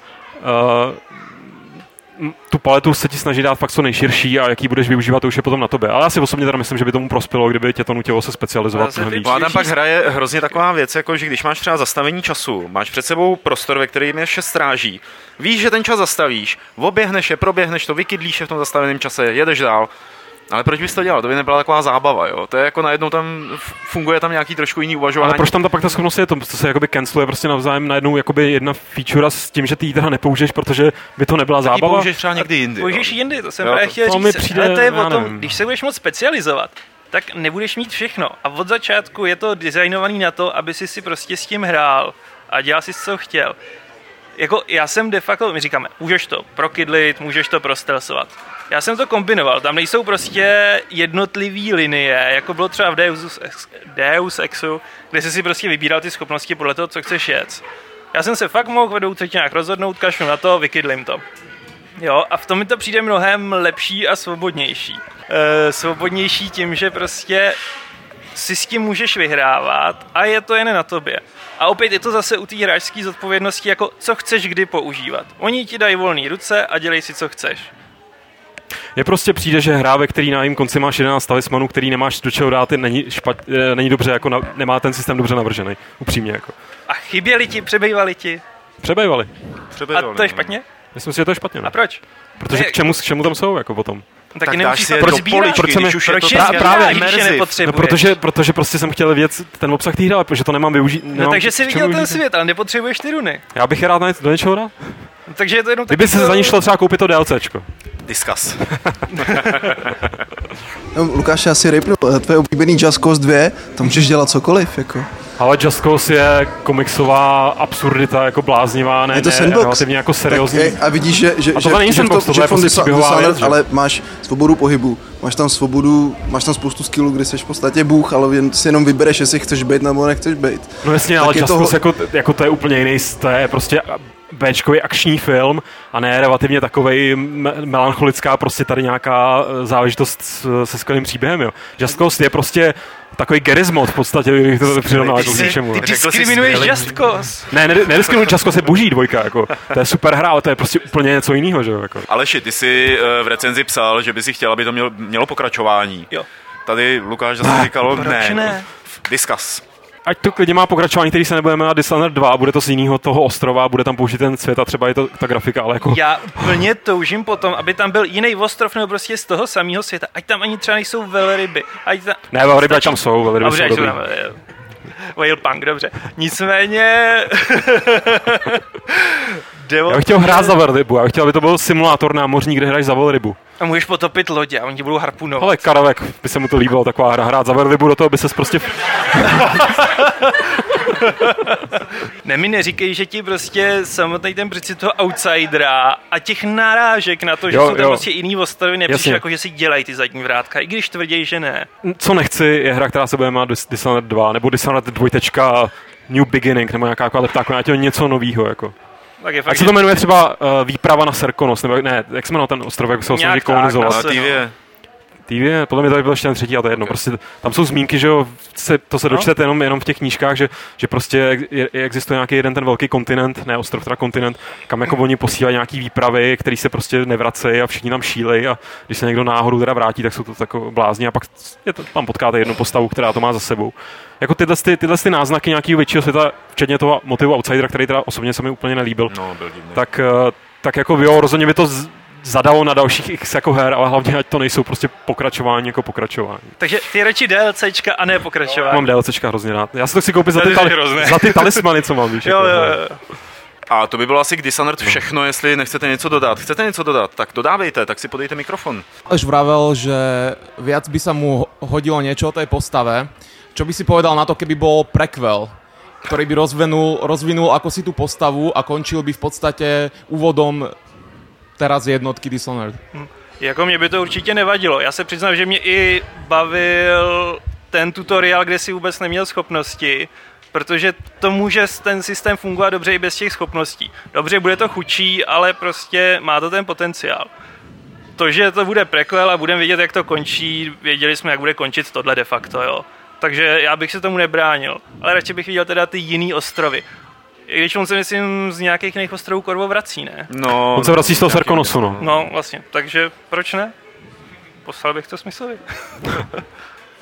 S1: tu paletu se ti snaží dát fakt co nejširší a jaký budeš využívat, to už je potom na tobě. Ale já si osobně teda myslím, že by tomu prospělo, kdyby tě to nutilo se specializovat.
S2: A tam pak hraje hrozně taková věc, jako že když máš třeba zastavení času, máš před sebou prostor, ve kterém je 6 stráží, víš, že ten čas zastavíš, oběhneš je, proběhneš to, vykydlíš je v tom zastaveném čase, jedeš dál. Ale proč bys to dělal? To by nebyla taková zábava, jo? To je jako najednou tam funguje tam nějaký trošku jiný uvažování.
S1: Ale proč tam pak ta schopnost je? To se jakoby canceluje prostě navzájem najednou jakoby jedna feature s tím, že ty ji teda nepoužiješ, protože by to nebyla zábava.
S2: Taky použiješ třeba někdy jindy.
S10: Použiješ jindy, to jsem právě chtěl říct. Přijde, ale to je o tom, když se budeš moc specializovat, tak nebudeš mít všechno. A od začátku je to designovaný na to, aby si prostě s tím hrál a dělal si, co chtěl. Jako já jsem de facto, my říkáme, můžeš to prokydlit, můžeš to prostelsovat. Já jsem to kombinoval, tam nejsou prostě jednotlivý linie, jako bylo třeba v Deus Exu, kde jsi si prostě vybíral ty schopnosti podle toho, co chceš jet. Já jsem se fakt mohl vedoucí nějak rozhodnout, kašlu na to, vykydlím to. Jo, a v tom mi to přijde mnohem lepší a svobodnější. Svobodnější tím, že prostě si s tím můžeš vyhrávat a je to jen na tobě. A opět je to zase u té hráčské zodpovědnosti, jako co chceš kdy používat. Oni ti dají volné ruce a dělej si, co chceš.
S1: Mně prostě přijde, že hra, ve který na jejím konci máš 11 talismanů, který nemáš do čeho dát, není dobře, jako nemá ten systém dobře navržený, upřímně. Jako.
S10: A chyběli ti, přebývali ti?
S1: Přebývali.
S10: A to je špatně?
S1: Myslím si, že to je špatně.
S10: A proč?
S1: Protože k čemu tam jsou, jako potom?
S10: No, tak nemusíš si proč sbírat?
S1: Protože prostě jsem chtěl vědět ten obsah té hry, protože to nemám využít.
S10: No takže jsi viděl ten svět, ale nepotřebuješ ty runy.
S1: Já bych je rád do něčeho dal.
S10: No, takže je to jenom
S1: kdyby se za ní šlo třeba koupit to DLCčko.
S2: Discuss.
S12: No, Lukáš, já si rejpnu, tvoje oblíbený Just Cause 2, tam můžeš dělat cokoliv, jako.
S1: Ale Just Cause je komiksová absurdita, jako bláznivá, ne relativně jako seriózní.
S12: A vidíš, že
S1: to není sandbox, tohle je prostě příběhová věc,
S12: ale máš svobodu pohybu, máš tam spoustu skillů, kdy jsi v podstatě bůh, ale si jenom vybereš, jestli chceš být nebo nechceš být.
S1: No jasně, ale Just Cause jako to je úplně jiný, to je prostě Bčkový akční film a ne relativně takovej melancholická prostě tady nějaká záležitost se skvělým příběhem, jo. Just Cause je prostě takový Garry's Mod v podstatě, bych to přirovnal jako k něčemu.
S10: Ty diskriminuješ Just Cause.
S1: Ne, nediskriminuji, Just Cause je boží dvojka, jako. To je super hra, ale to je prostě úplně něco jiného, že jo. Jako.
S2: Aleši, ty jsi v recenzi psal, že by si chtěl, aby to mělo pokračování.
S10: Jo.
S2: Tady Lukáš zase říkal,
S10: ne.
S2: Discuss.
S1: Ať to klidně má pokračování, který se nebude jmenovat Dishonored 2, bude to z jiného toho ostrova, bude tam použít ten svět a třeba je to ta grafika, ale jako...
S10: Já plně toužím potom, aby tam byl jiný ostrov nebo prostě z toho samého světa, ať tam ani třeba nejsou velryby.
S1: Ne, velryby tam jsou, velryby jsou dobrý.
S10: Whalepunk, dobře. Nicméně...
S1: Já bych chtěl hrát za velrybu, já bych chtěl, aby to byl simulátor námořní, kde hraješ za velrybu.
S10: A můžeš potopit lodě a oni ti budou harpunovat.
S1: Ale Karavek, by se mu to líbilo, taková hra, hrát za velrybu, do toho by ses prostě...
S10: Ne, mi neříkej, že ti prostě samotný ten princip toho outsidera a těch narážek na to, že jsou tam prostě jiný ostrovy, nepřišel jako, že si dělají ty zadní vrátka, i když tvrdí, že ne.
S1: Co nechci, je hra, která se bude jmenovat Dishonored 2, nebo Dishonored 2. New Beginning, nebo nějaká taková něco novýho, jako. Jak se to jmenuje třeba výprava na Serkonos, nebo ne, jak se jmenuje ten ostrov, jak se ho snaží kolonizovat? TV, podle mě to byl ještě ten třetí a to je jedno. Prostě tam jsou zmínky, že jo, to se dočtete jenom v těch knížkách, že prostě existuje nějaký jeden ten velký kontinent, ne ostrov, teda kontinent, kam jako oni posílají nějaký výpravy, který se prostě nevracejí a všichni tam šílejí a když se někdo náhodou teda vrátí, tak jsou to takový blázni a pak tam potkáte jednu postavu, která to má za sebou. Jako tyhle náznaky nějakého většího světa, včetně toho motivu outsidera, který teda osobně se mi úplně nelíbil, tak jako jo, rozhodně by to zadalo na dalších x jako her, ale hlavně ať to nejsou prostě pokračování jako pokračování.
S10: Takže ty radši DLCčka a ne pokračování.
S1: Mám DLCčka hrozně rád. Já si to chci koupit za ty talismany, co mám, víš.
S10: Jo.
S2: A to by bylo asi k Dishonored všechno, jestli nechcete něco dodat. Chcete něco dodat, tak dodávejte, tak si podejte mikrofon.
S9: Už vravel, že viac by sa mu hodilo niečo o tej postave. Čo by si povedal na to, keby bol prequel, ktorý by rozvinul ako si tú postavu a končil by v podstate úvodom teraz jednotky Dishonored.
S10: Jako mě by to určitě nevadilo. Já se přiznám, že mě i bavil ten tutoriál, kde si vůbec neměl schopnosti, protože to může ten systém fungovat dobře i bez těch schopností. Dobře, bude to chudší, ale prostě má to ten potenciál. To, že to bude prequel a budeme vědět, jak to končí, věděli jsme, jak bude končit tohle de facto, jo. Takže já bych se tomu nebránil, ale radši bych viděl teda ty jiný ostrovy. I když on se, myslím, z nějakých jiných ostrovů Korvo vrací, ne?
S1: No, on se vrací z toho Serkonosu, no.
S10: No, vlastně, takže proč ne? Poslal bych to smyslově.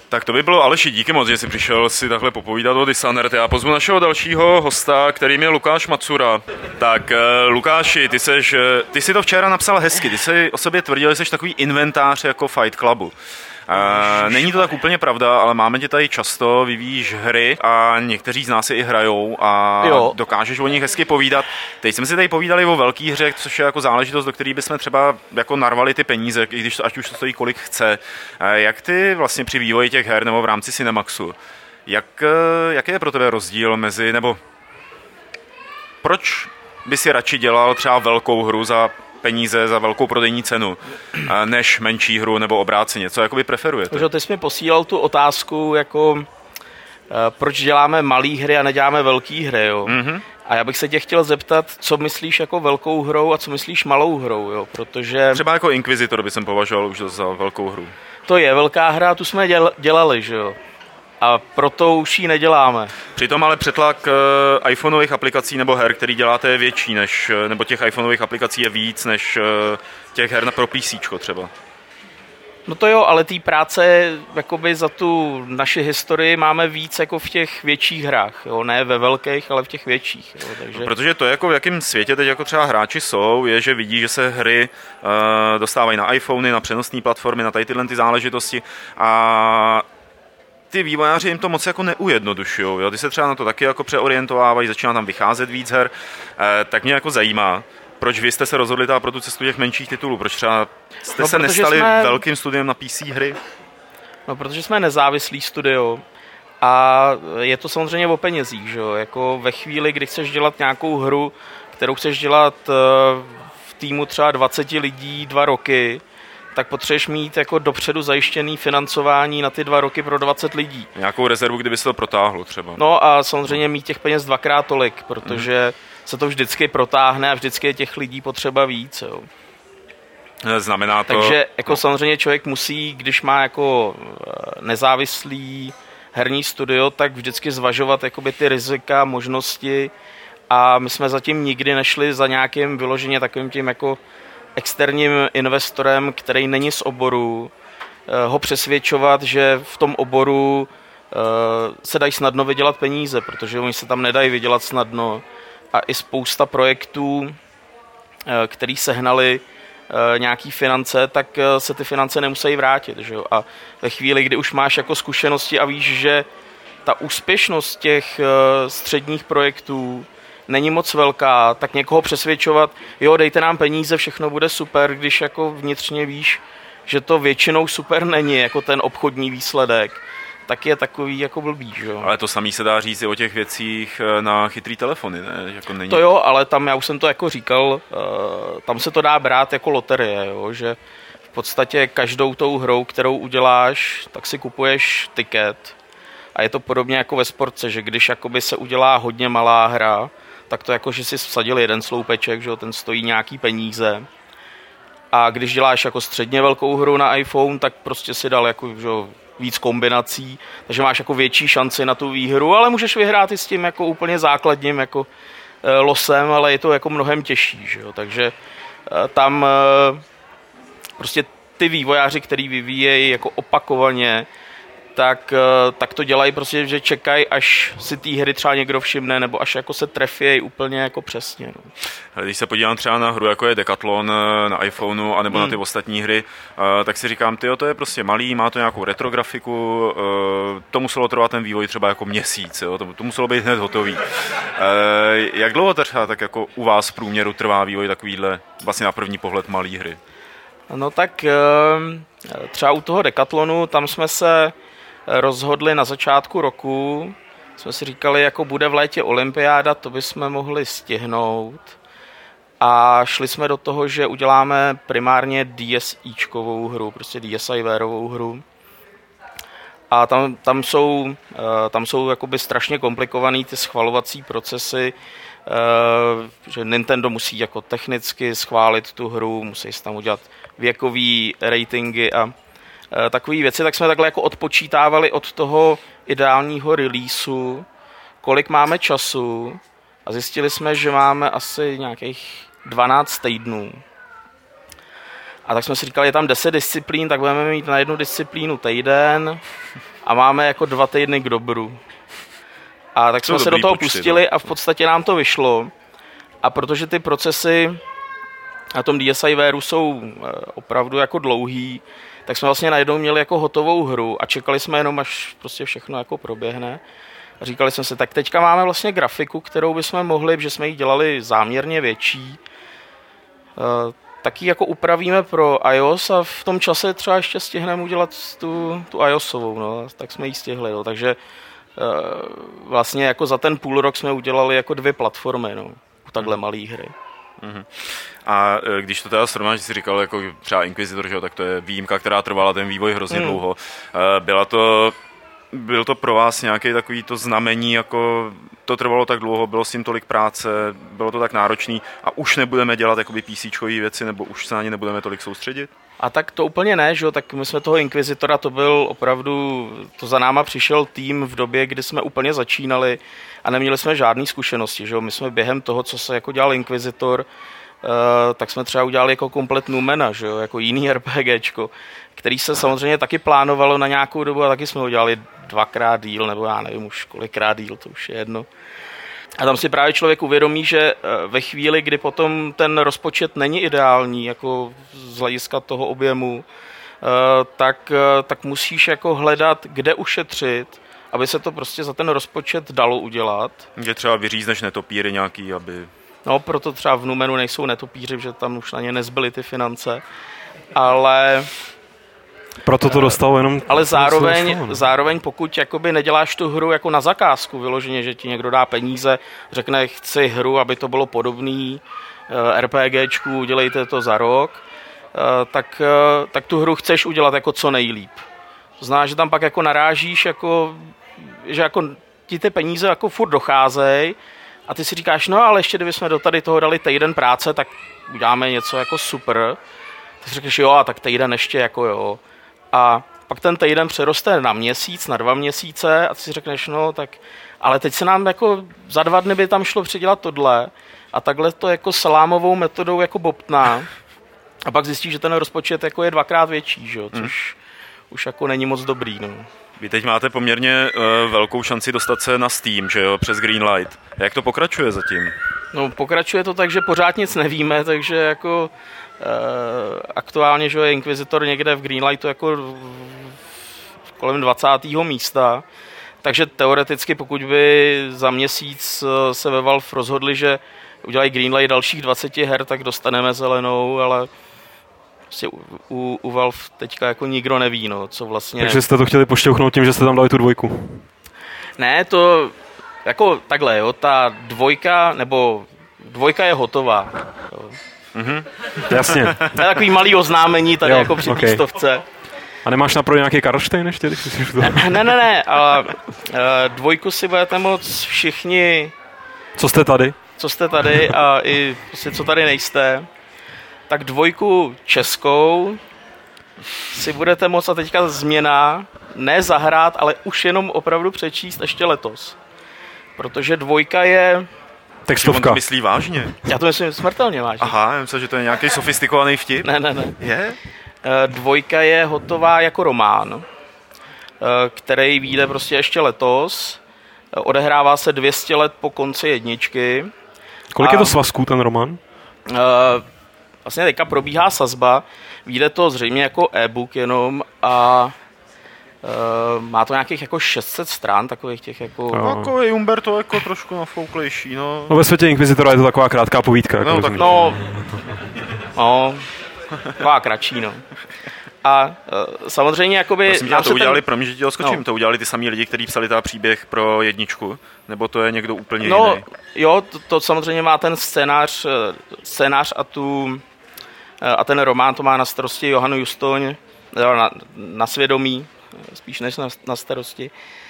S2: Tak to by bylo, Aleši, díky moc, že jsi přišel si takhle popovídat o Dishonored. Já pozvu našeho dalšího hosta, kterým je Lukáš Macura. Tak Lukáši, ty jsi to včera napsal hezky, ty jsi o sobě tvrdil, že jsi takový inventář jako Fight Clubu. Není to tak úplně pravda, ale máme tě tady často, vyvíjíš hry a někteří z nás je i hrajou a dokážeš o nich hezky povídat. Teď jsme si tady povídali o velký hře, což je jako záležitost, do které bychom třeba jako narvali ty peníze, i když ať už to stojí kolik chce. Jak ty vlastně při vývoji těch her nebo v rámci Cinemaxu, jaký je pro tebe rozdíl mezi, nebo proč by si radši dělal třeba velkou hru za peníze, za velkou prodejní cenu, než menší hru nebo obráceně? Co jakoby preferujete?
S13: Takže ty jsi mi posílal tu otázku, jako proč děláme malý hry a neděláme velký hry, jo? Mm-hmm. A já bych se tě chtěl zeptat, co myslíš jako velkou hrou a co myslíš malou hrou, jo? Protože... Třeba
S2: jako Inquisitor by jsem považoval už za velkou hru.
S13: To je velká hra, tu jsme dělali, že jo? A proto už ji neděláme.
S2: Přitom ale přetlak iPhoneových aplikací nebo her, který děláte, je větší, nebo těch iPhoneových aplikací je víc, než těch her pro PCčko třeba.
S13: No to jo, ale té práce jakoby za tu naši historii máme víc jako v těch větších hrách, jo? Ne ve velkých, ale v těch větších. Jo? Takže...
S2: No, protože to, jako v jakém světě teď jako třeba hráči jsou, je, že vidí, že se hry dostávají na iPhony, na přenosné platformy, na tady tyhle ty záležitosti a ty vývojáři jim to moc jako neujednodušujou, jo? Ty se třeba na to taky jako přeorientovávají, začíná tam vycházet víc her, tak mě jako zajímá, proč vy jste se rozhodli pro tu cestu těch menších titulů, proč třeba jste se nestali velkým studiem na PC hry?
S13: No, protože jsme nezávislý studio a je to samozřejmě o penězích, že jo? Jako ve chvíli, kdy chceš dělat nějakou hru, kterou chceš dělat v týmu třeba 20 lidí 2 roky, tak potřebuješ mít jako dopředu zajištěný financování na ty 2 roky pro 20 lidí.
S2: Nějakou rezervu, kdyby se to protáhlo třeba.
S13: No a samozřejmě mít těch peněz 2x tolik, protože se to vždycky protáhne a vždycky je těch lidí potřeba víc. Jo.
S2: Znamená to...
S13: Takže jako samozřejmě člověk musí, když má jako nezávislý herní studio, tak vždycky zvažovat jakoby ty rizika, možnosti a my jsme zatím nikdy nešli za nějakým vyloženě takovým tím jako externím investorem, který není z oboru, ho přesvědčovat, že v tom oboru se dají snadno vydělat peníze, protože oni se tam nedají vydělat snadno. A i spousta projektů, který sehnali nějaký finance, tak se ty finance nemusí vrátit. Že jo? A ve chvíli, kdy už máš jako zkušenosti a víš, že ta úspěšnost těch středních projektů není moc velká, tak někoho přesvědčovat, jo, dejte nám peníze, všechno bude super, když jako vnitřně víš, že to většinou super není, jako ten obchodní výsledek, tak je takový jako blbý, že jo.
S2: Ale to samý se dá říct i o těch věcích na chytrý telefony, ne? Jako není...
S13: To jo, ale tam, já už jsem to jako říkal, tam se to dá brát jako loterie, jo, že v podstatě každou tou hrou, kterou uděláš, tak si kupuješ tiket a je to podobně jako ve sportce, že když jakoby se udělá hodně malá hra, tak to jako, že si vsadil jeden sloupeček, že jo, ten stojí nějaký peníze. A když děláš jako středně velkou hru na iPhone, tak prostě si dal jako, že jo, víc kombinací, takže máš jako větší šanci na tu výhru, ale můžeš vyhrát i s tím jako úplně základním jako losem, ale je to jako mnohem těžší, že jo, takže tam prostě ty vývojáři, který vyvíjejí jako opakovaně, tak to dělají prostě, že čekají, až si té hry třeba někdo všimne, nebo až jako se trefějí úplně jako přesně. No.
S2: Když se podívám třeba na hru, jako je Decathlon na iPhoneu, anebo na ty ostatní hry, tak si říkám, tyjo, to je prostě malý, má to nějakou retrografiku, to muselo trvat ten vývoj třeba jako měsíc, jo? To muselo být hned hotový. Jak dlouho třeba tak jako u vás v průměru trvá vývoj takovýhle vlastně na první pohled malý hry?
S13: No tak třeba u toho Decathlonu, tam jsme se rozhodli na začátku roku, jsme si říkali, jako bude v létě olympiáda, to bychom mohli stihnout a šli jsme do toho, že uděláme primárně DSIčkovou hru, prostě DSiWareovou hru a tam jsou jakoby strašně komplikovaný ty schvalovací procesy, že Nintendo musí jako technicky schválit tu hru, musí si tam udělat věkový ratingy a takové věci, tak jsme takhle jako odpočítávali od toho ideálního releaseu, kolik máme času a zjistili jsme, že máme asi nějakých 12 týdnů. A tak jsme si říkali, je tam 10 disciplín, tak budeme mít na jednu disciplínu týden a máme jako 2 týdny k dobru. A tak jsme se do toho pustili a v podstatě nám to vyšlo. A protože ty procesy na tom DSiWareu jsou opravdu jako dlouhý, tak jsme vlastně najednou měli jako hotovou hru a čekali jsme jenom, až prostě všechno jako proběhne. A říkali jsme si, tak teďka máme vlastně grafiku, kterou bychom mohli, že jsme ji dělali záměrně větší, tak ji jako upravíme pro iOS a v tom čase třeba ještě stihneme udělat tu iOSovou, no, tak jsme ji stihli, no, takže vlastně jako za ten půl rok jsme udělali jako 2 platformy, no, u takhle malé hry.
S2: Mm-hmm. A když to teda srovnáš, jsi říkal, jako třeba Inquisitor, že, tak to je výjimka, která trvala ten vývoj hrozně dlouho. Byl to pro vás nějaké takový to znamení, jako to trvalo tak dlouho, bylo s tím tolik práce, bylo to tak náročný a už nebudeme dělat jakoby PCčkový věci, nebo už se na ně nebudeme tolik soustředit?
S13: A tak to úplně ne, že jo, tak my jsme toho Inquisitora, to byl opravdu, to za náma přišel tým v době, kdy jsme úplně začínali a neměli jsme žádné zkušenosti, že jo, my jsme během toho, co se jako dělal Inquisitor, tak jsme třeba udělali jako komplet Numena, že jo, jako jiný RPGčko, který se samozřejmě taky plánovalo na nějakou dobu a taky jsme ho dělali 2x díl, nebo já nevím už kolikrát díl, to už je jedno. A tam si právě člověk uvědomí, že ve chvíli, kdy potom ten rozpočet není ideální, jako z hlediska toho objemu, tak musíš jako hledat, kde ušetřit, aby se to prostě za ten rozpočet dalo udělat.
S2: Že třeba vyřízneš netopíry nějaký, aby...
S13: No, proto třeba v Numenu nejsou netopíři, že tam už na ně nezbyly ty finance, ale...
S1: Proto to dostalo jenom...
S13: Ale zároveň pokud jakoby neděláš tu hru jako na zakázku vyloženě, že ti někdo dá peníze, řekne chci hru, aby to bylo podobný RPGčku, udělejte to za rok, tak tu hru chceš udělat jako co nejlíp. To znamená, že tam pak jako narážíš, že jako ti ty peníze jako furt docházejí a ty si říkáš, no ale ještě kdybychom do tady toho dali týden práce, tak uděláme něco jako super. Ty si říkáš, jo, a tak týden ještě jako jo. A pak ten týden přeroste na měsíc, na 2 měsíce a ty si řekneš, no tak, ale teď se nám jako za 2 dny by tam šlo přidělat tohle a takhle to jako salámovou metodou jako bobtná a pak zjistíš, že ten rozpočet jako je 2x větší, že jo, což už jako není moc dobrý, no.
S2: Vy teď máte poměrně velkou šanci dostat se na Steam, že jo, přes Greenlight. Jak to pokračuje zatím?
S13: No, pokračuje to tak, že pořád nic nevíme, takže jako aktuálně, že je Inquisitor někde v Greenlightu jako kolem 20. místa, takže teoreticky, pokud by za měsíc se ve Valve rozhodli, že udělají Greenlight dalších 20 her, tak dostaneme zelenou, ale prostě u Valve teďka jako nikdo neví, no, co vlastně...
S1: Takže jste to chtěli pošťouchnout tím, že jste tam dali tu 2?
S13: Ne, to jako takhle, jo, ta 2 je hotová. Jo.
S1: Mm-hmm. Jasně.
S13: To je takový malý oznámení tady jako při pístovce.
S1: A nemáš na pro nějaký Karlštejn ještě?
S13: Ne, ale 2 si budete moc všichni...
S1: Co jste tady
S13: a i prostě co tady nejste. Tak 2 českou si budete moct, a teďka změna, ne zahrát, ale už jenom opravdu přečíst ještě letos. Protože 2 je...
S1: Textovka.
S2: On to myslí vážně?
S13: Já to myslím smrtelně vážně.
S2: Aha, já myslím, že to je nějaký sofistikovaný vtip.
S13: Ne.
S2: Je?
S13: 2 je hotová jako román, který vyjde prostě ještě letos. Odehrává se 200 let po konci 1.
S1: Kolik je to svazků, ten román?
S13: Vlastně teďka probíhá sazba, vyjde to zřejmě jako e-book jenom a má to nějakých jako 600 stran, takových těch jako...
S2: No, jako je Umberto jako trošku nafouklejší, no.
S1: No ve světě Inquisitora je to taková krátká povídka.
S2: No,
S1: jako
S13: taková kratší, no. A samozřejmě jakoby...
S2: Prosím tě, to udělali, promiň, že ti odskočím, to udělali ty samý lidi, kteří psali ten příběh pro 1, nebo to je někdo úplně jiný?
S13: Jo, to samozřejmě má ten scénář a ten román to má na starosti Johan Justoň, na svědomí, spíš než na starosti,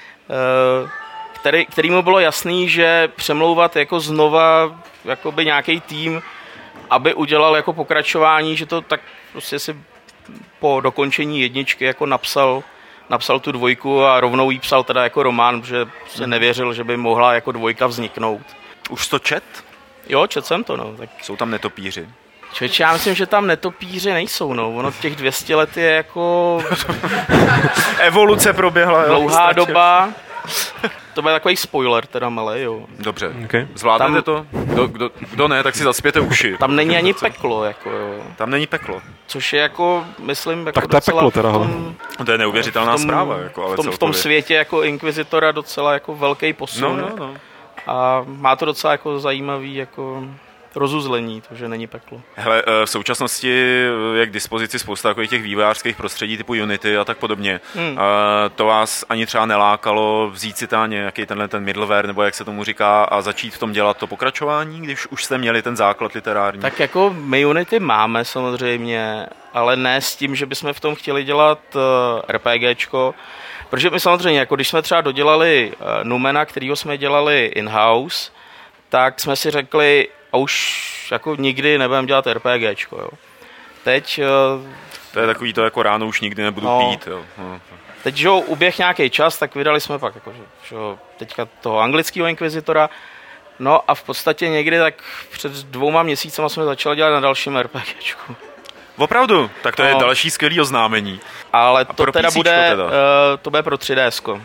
S13: který mu bylo jasný, že přemlouvat jako znova jakoby nějaký tým, aby udělal jako pokračování, že to tak prostě si po dokončení 1 jako napsal tu 2 a rovnou jí psal teda jako román, protože se nevěřil, že by mohla jako 2 vzniknout.
S2: Už to čet?
S13: Jo, čet jsem to, no. Tak...
S2: Jsou tam netopíři?
S13: Člověče, já myslím, že tam netopíři nejsou, no. Ono těch 200 let je jako...
S2: Evoluce proběhla.
S13: Dlouhá doba. To bude takový spoiler teda malej, jo.
S2: Dobře, okay. Zvládnete to? Kdo ne, tak si zacpěte uši.
S13: Tam není ani peklo, jako jo.
S2: Tam není peklo.
S13: Což je jako, myslím, jako
S1: tak to je peklo teda,
S2: to je neuvěřitelná zpráva. Jako, ale
S13: v tom světě jako inkvizitora docela jako velký posun.
S2: No.
S13: A má to docela jako zajímavý jako rozuzlení, to, že není peklo.
S2: Hele, v současnosti je k dispozici spousta takových těch vývojářských prostředí typu Unity a tak podobně. To vás ani třeba nelákalo vzít si tam nějaký ten middleware, nebo jak se tomu říká, a začít v tom dělat to pokračování, když už jste měli ten základ literární?
S13: Tak jako my Unity máme samozřejmě, ale ne s tím, že bychom v tom chtěli dělat RPGčko, protože my samozřejmě, jako když jsme třeba dodělali Numena, kterýho jsme dělali in-house, tak jsme si řekli, a už jako nikdy nebudeme dělat RPGčko, jo. Teď...
S2: To je takový to jako ráno už nikdy nebudu pít, jo.
S13: Teď, že uběh nějaký čas, tak vydali jsme pak jako, že teďka toho anglického inkvizitora, no a v podstatě někdy tak před 2 měsícema jsme začali dělat na dalším RPGčku.
S2: Opravdu? Tak to je další skvělý oznámení.
S13: Ale to teda bude, to bude pro 3DSko.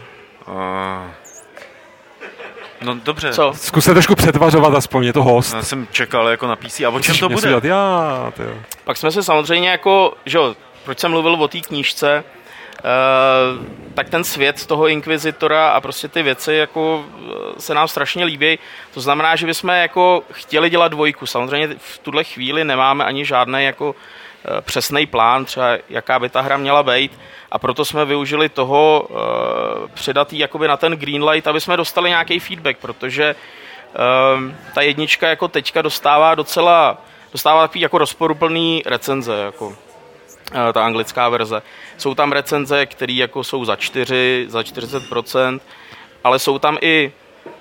S2: No dobře.
S13: Co?
S1: Zkuste trošku přetvařovat aspoň, je to host.
S2: Já jsem čekal jako na PC, a o čem to bude?
S13: Pak jsme se samozřejmě jako, že jo, proč jsem mluvil o té knížce, tak ten svět toho inkvizitora a prostě ty věci jako se nám strašně líbí. To znamená, že bychom jako chtěli dělat 2. Samozřejmě v tuhle chvíli nemáme ani žádný jako přesný plán, třeba jaká by ta hra měla být, a proto jsme využili toho předat jí jakoby na ten greenlight, aby jsme dostali nějaký feedback, protože ta 1 jako teďka dostává takový jako rozporuplný recenze, jako ta anglická verze. Jsou tam recenze, které jako jsou za 4, za 40%, ale jsou tam i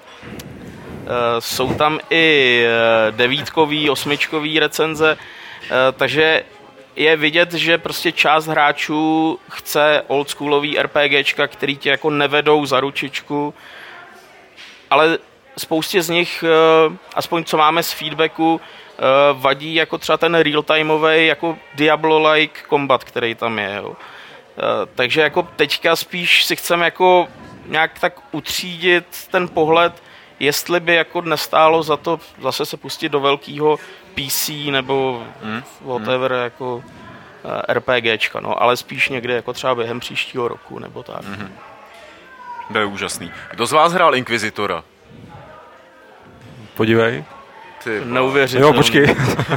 S13: 9kový, 8kový recenze, takže je vidět, že prostě část hráčů chce oldschoolový RPGčka, který tě jako nevedou za ručičku, ale spoustě z nich, aspoň co máme z feedbacku, vadí jako třeba ten real-timeový jako Diablo-like combat, který tam je. Jo. Takže jako teďka spíš si chceme jako nějak tak utřídit ten pohled, jestli by jako nestálo za to zase se pustit do velkého PC nebo whatever jako RPGčka, no, ale spíš někde jako třeba během příštího roku nebo tak.
S2: To je úžasný. Kdo z vás hrál Inkvizitora?
S1: Podívej.
S13: Neuvěřitelný.
S1: Jo, počkej.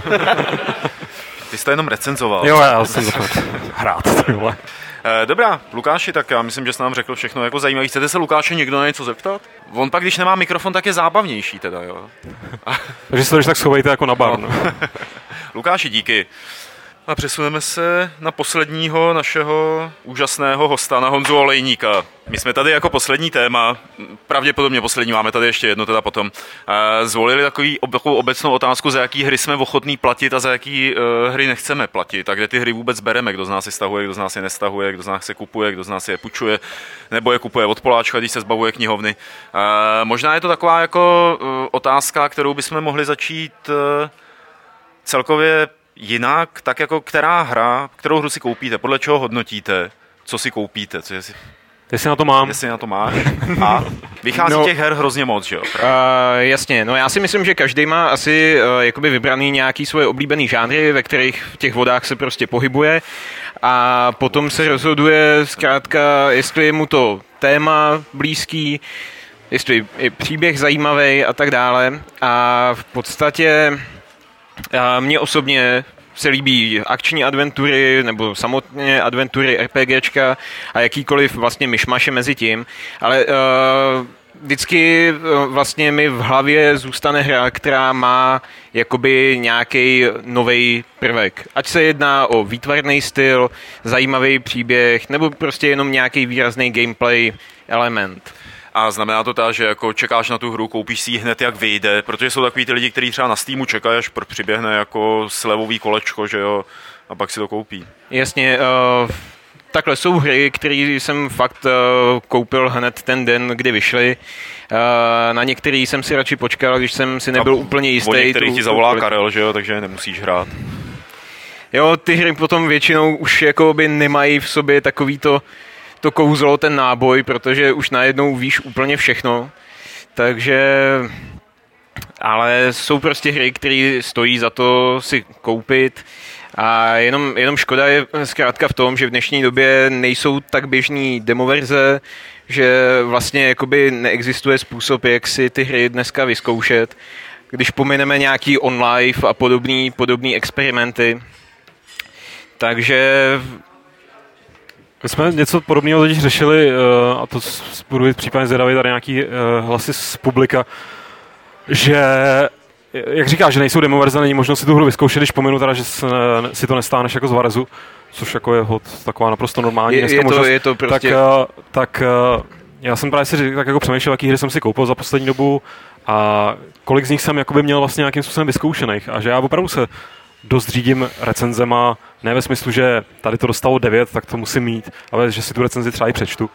S2: Ty jsi to jenom recenzoval.
S1: Jo, já jsem hrát.
S2: Dobrá, Lukáši, tak já myslím, že jsi nám řekl všechno jako zajímavé. Chcete se Lukáše někdo na něco zeptat? On pak, když nemá mikrofon, tak je zábavnější teda, jo.
S1: Takže se to tak schovejte jako na bar. No.
S2: Lukáši, díky. A přesuneme se na posledního našeho úžasného hosta, na Honzu Olejníka. My jsme tady jako poslední téma, pravděpodobně poslední, máme tady ještě jedno teda potom, zvolili takovou obecnou otázku, za jaký hry jsme ochotní platit a za jaký hry nechceme platit. A kde ty hry vůbec bereme, kdo z nás je stahuje, kdo z nás je nestahuje, kdo z nás se kupuje, kdo z nás je půjčuje, nebo je kupuje od Poláčka, když se zbavuje knihovny. Možná je to taková jako otázka, kterou bychom mohli začít celkově jinak, tak jako kterou hru si koupíte, podle čeho hodnotíte, co si koupíte,
S1: jestli na to mám.
S2: Jestli na to máš. A vychází těch her hrozně moc, že jo?
S14: Jasně, no já si myslím, že každý má asi jakoby vybraný nějaký svoje oblíbený žánry, ve kterých v těch vodách se prostě pohybuje, a potom se rozhoduje zkrátka, jestli je mu to téma blízký, jestli je příběh zajímavý a tak dále. A v podstatě mně osobně se líbí akční adventury nebo samotné adventury RPGčka a jakýkoliv vlastně myšmaše mezi tím, ale vždycky vlastně mi v hlavě zůstane hra, která má jakoby nějaký nový prvek. Ať se jedná o výtvarný styl, zajímavý příběh nebo prostě jenom nějaký výrazný gameplay element.
S2: A znamená to že jako čekáš na tu hru, koupíš si ji hned, jak vyjde, protože jsou takový ty lidi, kteří třeba na Steamu čekají, až přiběhne jako slevový kolečko, že jo, a pak si to koupí.
S14: Jasně, takhle jsou hry, které jsem fakt koupil hned ten den, kdy vyšly. Na některý jsem si radši počkal, když jsem si nebyl úplně jistý.
S2: O některých ti zavolá Karel, že jo, takže nemusíš hrát.
S14: Jo, ty hry potom většinou už jakoby nemají v sobě takový to kouzlo, ten náboj, protože už najednou víš úplně všechno. Takže, ale jsou prostě hry, které stojí za to si koupit a jenom škoda je zkrátka v tom, že v dnešní době nejsou tak běžný demoverze, že vlastně jakoby neexistuje způsob, jak si ty hry dneska vyzkoušet. Když pomineme nějaký on-live a podobný experimenty. Takže
S1: my jsme něco podobného teď řešili, a to budu být případně zvědavý tady nějaký hlasy z publika, že, jak říkáš, že nejsou demoverze, není možnost si tu hru vyzkoušet, když pominu teda, že si to nestáneš jako z Varezu, což jako je taková naprosto normální možnost.
S14: Je to prostě...
S1: Tak já jsem právě si tak jako přemýšlel, jaký hry jsem si koupil za poslední dobu a kolik z nich jsem jakoby měl vlastně nějakým způsobem vyzkoušených a že já opravdu se dost řídím recenzema, ne ve smyslu, že tady to dostalo 9, tak to musím mít, ale že si tu recenzi třeba i přečtu.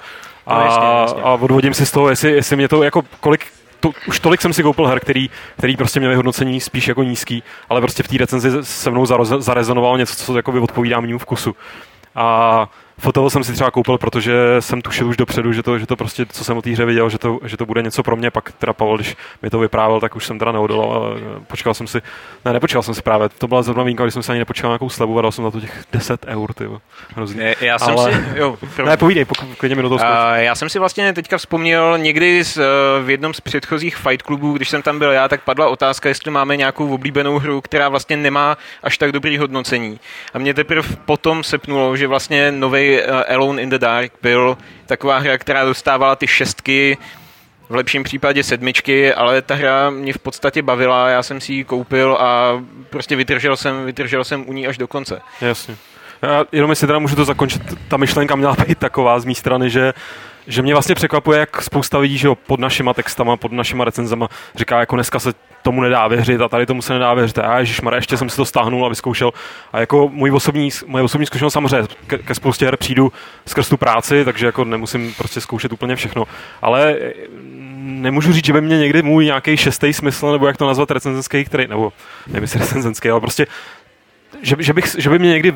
S1: A odvodím si z toho, jestli mě to jako už tolik jsem si koupil her, který prostě měly hodnocení spíš jako nízký, ale prostě v té recenzi se mnou zarezonovalo něco, co jakoby odpovídá mému vkusu. A Fotovo jsem si třeba koupil, protože jsem tušil už dopředu, že to prostě, co jsem o té hře viděl, že to bude něco pro mě, pak teda Pavel, když mi to vyprávěl, tak už jsem teda neodolal, ale nepočkal jsem si právě, to byla zrovna výjimka, když jsem si ani nepočkal nějakou slevu a dal jsem na to těch 10 eur, tyjo, hrozný. Povídej, klidně mi do toho skoč.
S14: Já jsem si vlastně teďka vzpomněl někdy v jednom z předchozích Fight klubů, když jsem tam byl já, tak padla otázka, jestli máme nějakou oblíbenou hru, která vlastně nemá až tak dobrý hodnocení. A mě teprve potom sepnulo, že vlastně novej Alone in the Dark byl taková hra, která dostávala ty 6, v lepším případě 7, ale ta hra mě v podstatě bavila, já jsem si ji koupil a prostě vydržel jsem u ní až do konce.
S1: Jasně. Já jenom jestli teda můžu to zakončit, ta myšlenka měla být taková z mé strany, že mě vlastně překvapuje, jak spousta lidí, že pod našima textama, pod našima recenzama říká, jako dneska se tomu nedá věřit a tady tomu se nedá věřit. A ježišmarja, ještě jsem si to stáhnul a vyzkoušel. A jako moje osobní zkušenost samozřejmě ke spoustě her přijdu skrz tu práci, takže jako nemusím prostě zkoušet úplně všechno. Ale nemůžu říct, že by mě někdy můj nějaký 6. smysl, nebo jak to nazvat, recenzenský, nebo nevím, jestli recenzenský, ale prostě že by mě někdy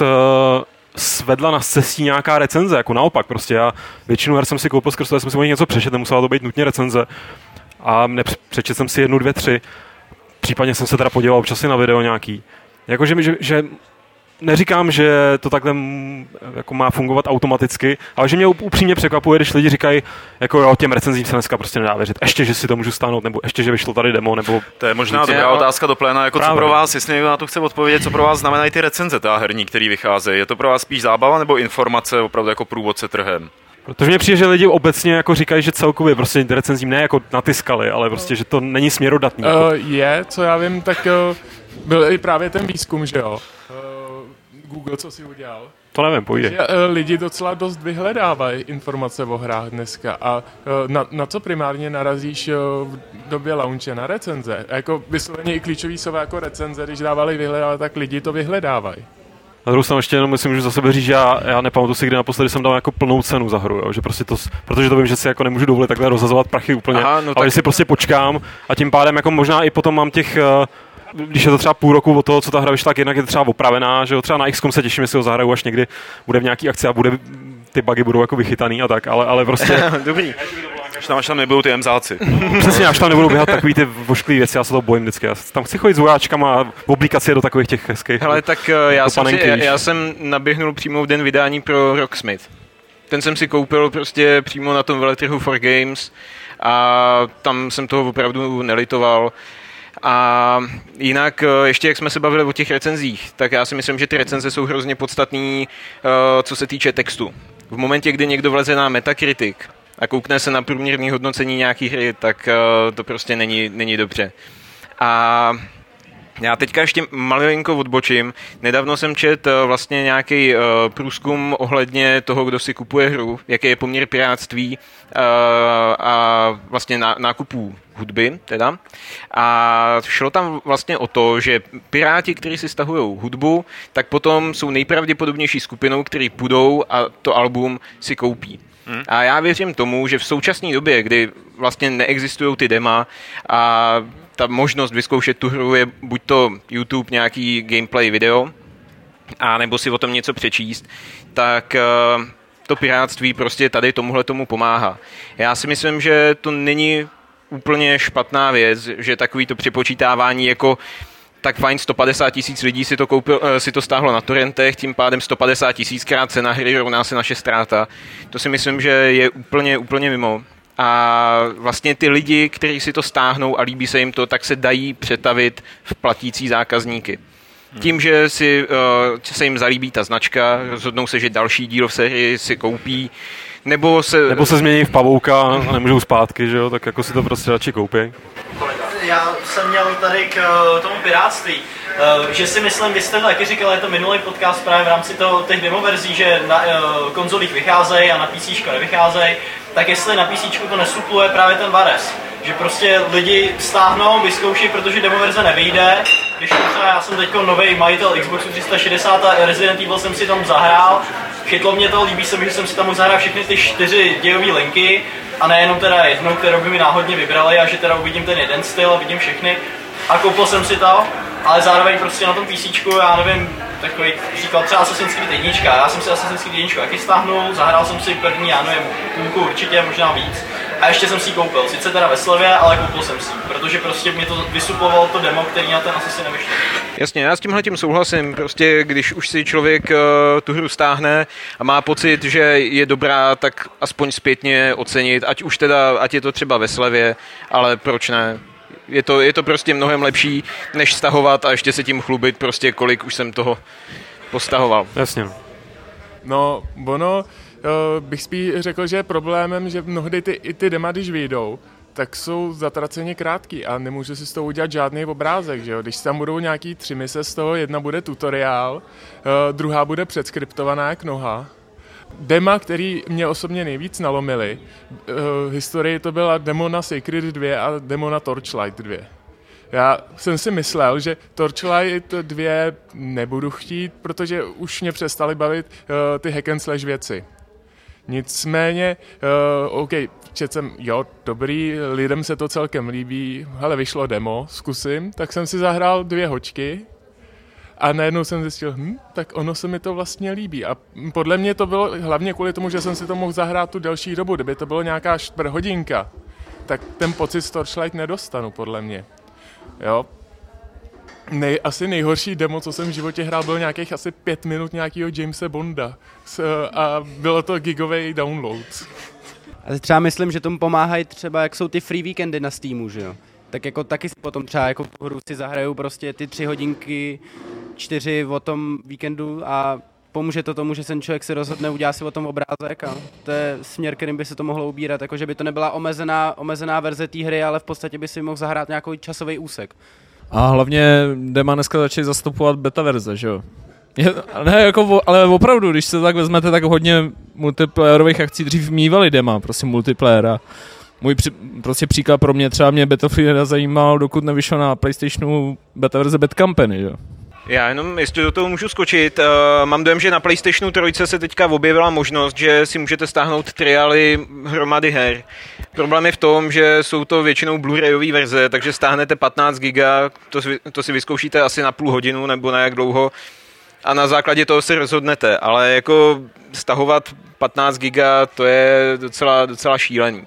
S1: svedla na cestí nějaká recenze, jako naopak, prostě já většinu her jsem si koupil skrz to, jsem si o nich něco přečet, nemusela to být nutně recenze a přečet jsem si 1, 2, 3, případně jsem se teda podíval občas na video nějaký. Jakože že neříkám, že to takhle jako má fungovat automaticky, ale že mě upřímně překvapuje, když lidi říkají, jako jo, těm recenzím se dneska prostě nedá věřit. Ještě, že si to můžu stáhnout, nebo ještě, že vyšlo tady demo, nebo...
S15: To je možná dobrá otázka do pléna, jako právě. Co pro vás, jestli někdo na to chce odpovědět, co pro vás znamenají ty recenze, ta herní, který vycházejí. Je to pro vás spíš zábava nebo informace opravdu jako průvodce trhem?
S1: Protože mně přijde, že lidi obecně jako říkají, že celkově prostě recenzím ne jako natiskali, ale prostě, že to není směrodatný.
S7: Co já vím, tak byl i právě ten výzkum, že jo? Google, co si udělal?
S1: To nevím, pojde.
S7: Lidi docela dost vyhledávají informace o hrách dneska a na co primárně narazíš v době launche? Na recenze. A jako vysloveně i klíčový slova jako recenze, když dávali vyhledávat, tak lidi to vyhledávají.
S1: Na druhou stranu ještě jenom můžu za sebe říct, že já nepamatuji si, kdy naposledy jsem dal jako plnou cenu za hru, jo? Že prostě protože to vím, že si jako nemůžu dovolit takhle rozhazovat prachy úplně, ale že si prostě počkám a tím pádem jako možná i potom mám těch když je to třeba půl roku od toho, co ta hra vyšla, tak jednak je to třeba opravená, že jo, třeba na XCOM se těším, jestli ho zahraju, až někdy bude v nějaký akci a ty bugy budou jako vychytaný a tak, ale prostě...
S15: Dobrý. Až tam nebudou ty emzáci.
S1: Přesně, až tam nebudou běhat takový ty vošklivý věci, já se toho bojím vždycky. Já tam chci chodit s vojáčkama a oblíkat si je do takových těch hezkých.
S14: Hele, tak já jsem naběhnul přímo v den vydání pro Rocksmith. Ten jsem si koupil prostě přímo na tom veletrhu 4Games a tam jsem toho opravdu nelitoval. A jinak, ještě jak jsme se bavili o těch recenzích, tak já si myslím, že ty recenze jsou hrozně podstatný, co se týče textu. V momentě, kdy někdo vleze na Metacritic a koukne se na průměrné hodnocení nějaký hry, tak to prostě není dobře. A já teďka ještě malinko odbočím. Nedávno jsem četl vlastně nějaký průzkum ohledně toho, kdo si kupuje hru, jaký je poměr pirátství a vlastně nákupů hudby teda. A šlo tam vlastně o to, že piráti, kteří si stahují hudbu, tak potom jsou nejpravděpodobnější skupinou, který půjdou a to album si koupí. A já věřím tomu, že v současné době, kdy vlastně neexistují ty dema a ta možnost vyzkoušet tu hru je buď to YouTube nějaký gameplay video, a nebo si o tom něco přečíst, tak to pirátství prostě tady tomuhle tomu pomáhá. Já si myslím, že to není úplně špatná věc, že takový to připočítávání jako tak fajn, 150 000 lidí si to stáhlo na torrentech, tím pádem 150 000 krát cena hry rovná se naše ztráta. To si myslím, že je úplně mimo. A vlastně ty lidi, kteří si to stáhnou a líbí se jim to, tak se dají přetavit v platící zákazníky. Tím, že se jim zalíbí ta značka, rozhodnou se, že další díl v sérii si koupí, nebo se
S1: změní v pavouka a nemůžou zpátky, že jo? Tak jako si to prostě radši koupí.
S8: Já jsem měl tady k tomu pirátství, že si myslím, vy jste to taky říkal, je to minulý podcast právě v rámci těch demoverzí, že na konzolích vycházejí a na PC nevycházejí, tak jestli na PC to nesupluje právě ten Vares. Že prostě lidi stáhnou, vyzkouší, protože demoverze nevyjde. Když třeba já jsem teď nový majitel Xboxu 360 a Resident Evil jsem si tam zahrál, chytlo mě to, líbí se mi, že jsem si tam mohl zahrát všechny ty 4 dějové linky a nejenom teda jednu, kterou by mi náhodně vybrali a že teda uvidím ten jeden styl a vidím všechny. A koupil jsem si to, ale zároveň prostě na tom PCčku, já nevím, takový příklad třeba Assassin's Creed 1. Já jsem si Assassin's Creed 1 taky stáhnul, zahrál jsem si první, já nevím, půlku určitě, možná víc. A ještě jsem si ji koupil, sice teda ve slevě, ale koupil jsem si. Protože prostě mě to vysuplovalo to demo, který na ten Assassin nevyšlo.
S14: Jasně, já s tímhletím souhlasím. Prostě když už si člověk tu hru stáhne a má pocit, že je dobrá, tak aspoň zpětně ocenit, ať je to třeba ve slevě, ale proč ne? Je to prostě mnohem lepší, než stahovat a ještě se tím chlubit, prostě kolik už jsem toho postahoval.
S1: Jasně.
S7: No, bych spíš řekl, že je problémem, že mnohdy ty dema, když vyjdou, tak jsou zatraceně krátký a nemůže si z toho udělat žádný obrázek, že jo? Když tam budou nějaký 3 mise, z toho jedna bude tutoriál, druhá bude předskriptovaná jak noha. Dema, který mě osobně nejvíc nalomily, v historii to byla demo na Sacred 2 a demo na Torchlight 2. Já jsem si myslel, že Torchlight 2 nebudu chtít, protože už mě přestaly bavit ty hack and slash věci. Nicméně, OK, četl jsem, jo, dobrý, lidem se to celkem líbí, hele, vyšlo demo, zkusím, tak jsem si zahrál 2 hočky a najednou jsem zjistil, tak ono se mi to vlastně líbí. A podle mě to bylo hlavně kvůli tomu, že jsem si to mohl zahrát tu delší dobu, kdyby to bylo nějaká 4 hodinka, tak ten pocit z Torchlight nedostanu, podle mě. Jo. Asi nejhorší demo, co jsem v životě hrál, byl nějakých asi 5 minut nějakého Jamesa Bonda a bylo to gigový download.
S16: A třeba myslím, že tomu pomáhají třeba, jak jsou ty free víkendy na Steamu, že jo? Tak jako taky si potom třeba jako tu hru si zahrajou prostě ty 3 hodinky, 4 o tom víkendu a pomůže to tomu, že ten člověk si rozhodne, udělá si o tom obrázek a to je směr, kterým by se to mohlo ubírat, jako že by to nebyla omezená verze té hry, ale v podstatě by si mohl zahrát nějaký časový úsek.
S17: A hlavně dema dneska začali zastupovat beta verze, že jo? Ale opravdu, když se tak vezmete, tak hodně multiplayerových akcí dřív mývali dema, prostě multiplayera. Můj prostě příklad pro mě, třeba mě Battlefield zajímal, dokud nevyšlo na PlayStationu beta verze Bad Company, že jo?
S14: Já jenom, jestli do toho můžu skočit, mám dojem, že na PlayStationu 3 se teďka objevila možnost, že si můžete stáhnout triály hromady her. Problém je v tom, že jsou to většinou Blu-rayové verze, takže stáhnete 15 giga, to si vyzkoušíte asi na půl hodinu nebo na jak dlouho a na základě toho se rozhodnete, ale jako stahovat 15 giga, to je docela šílený.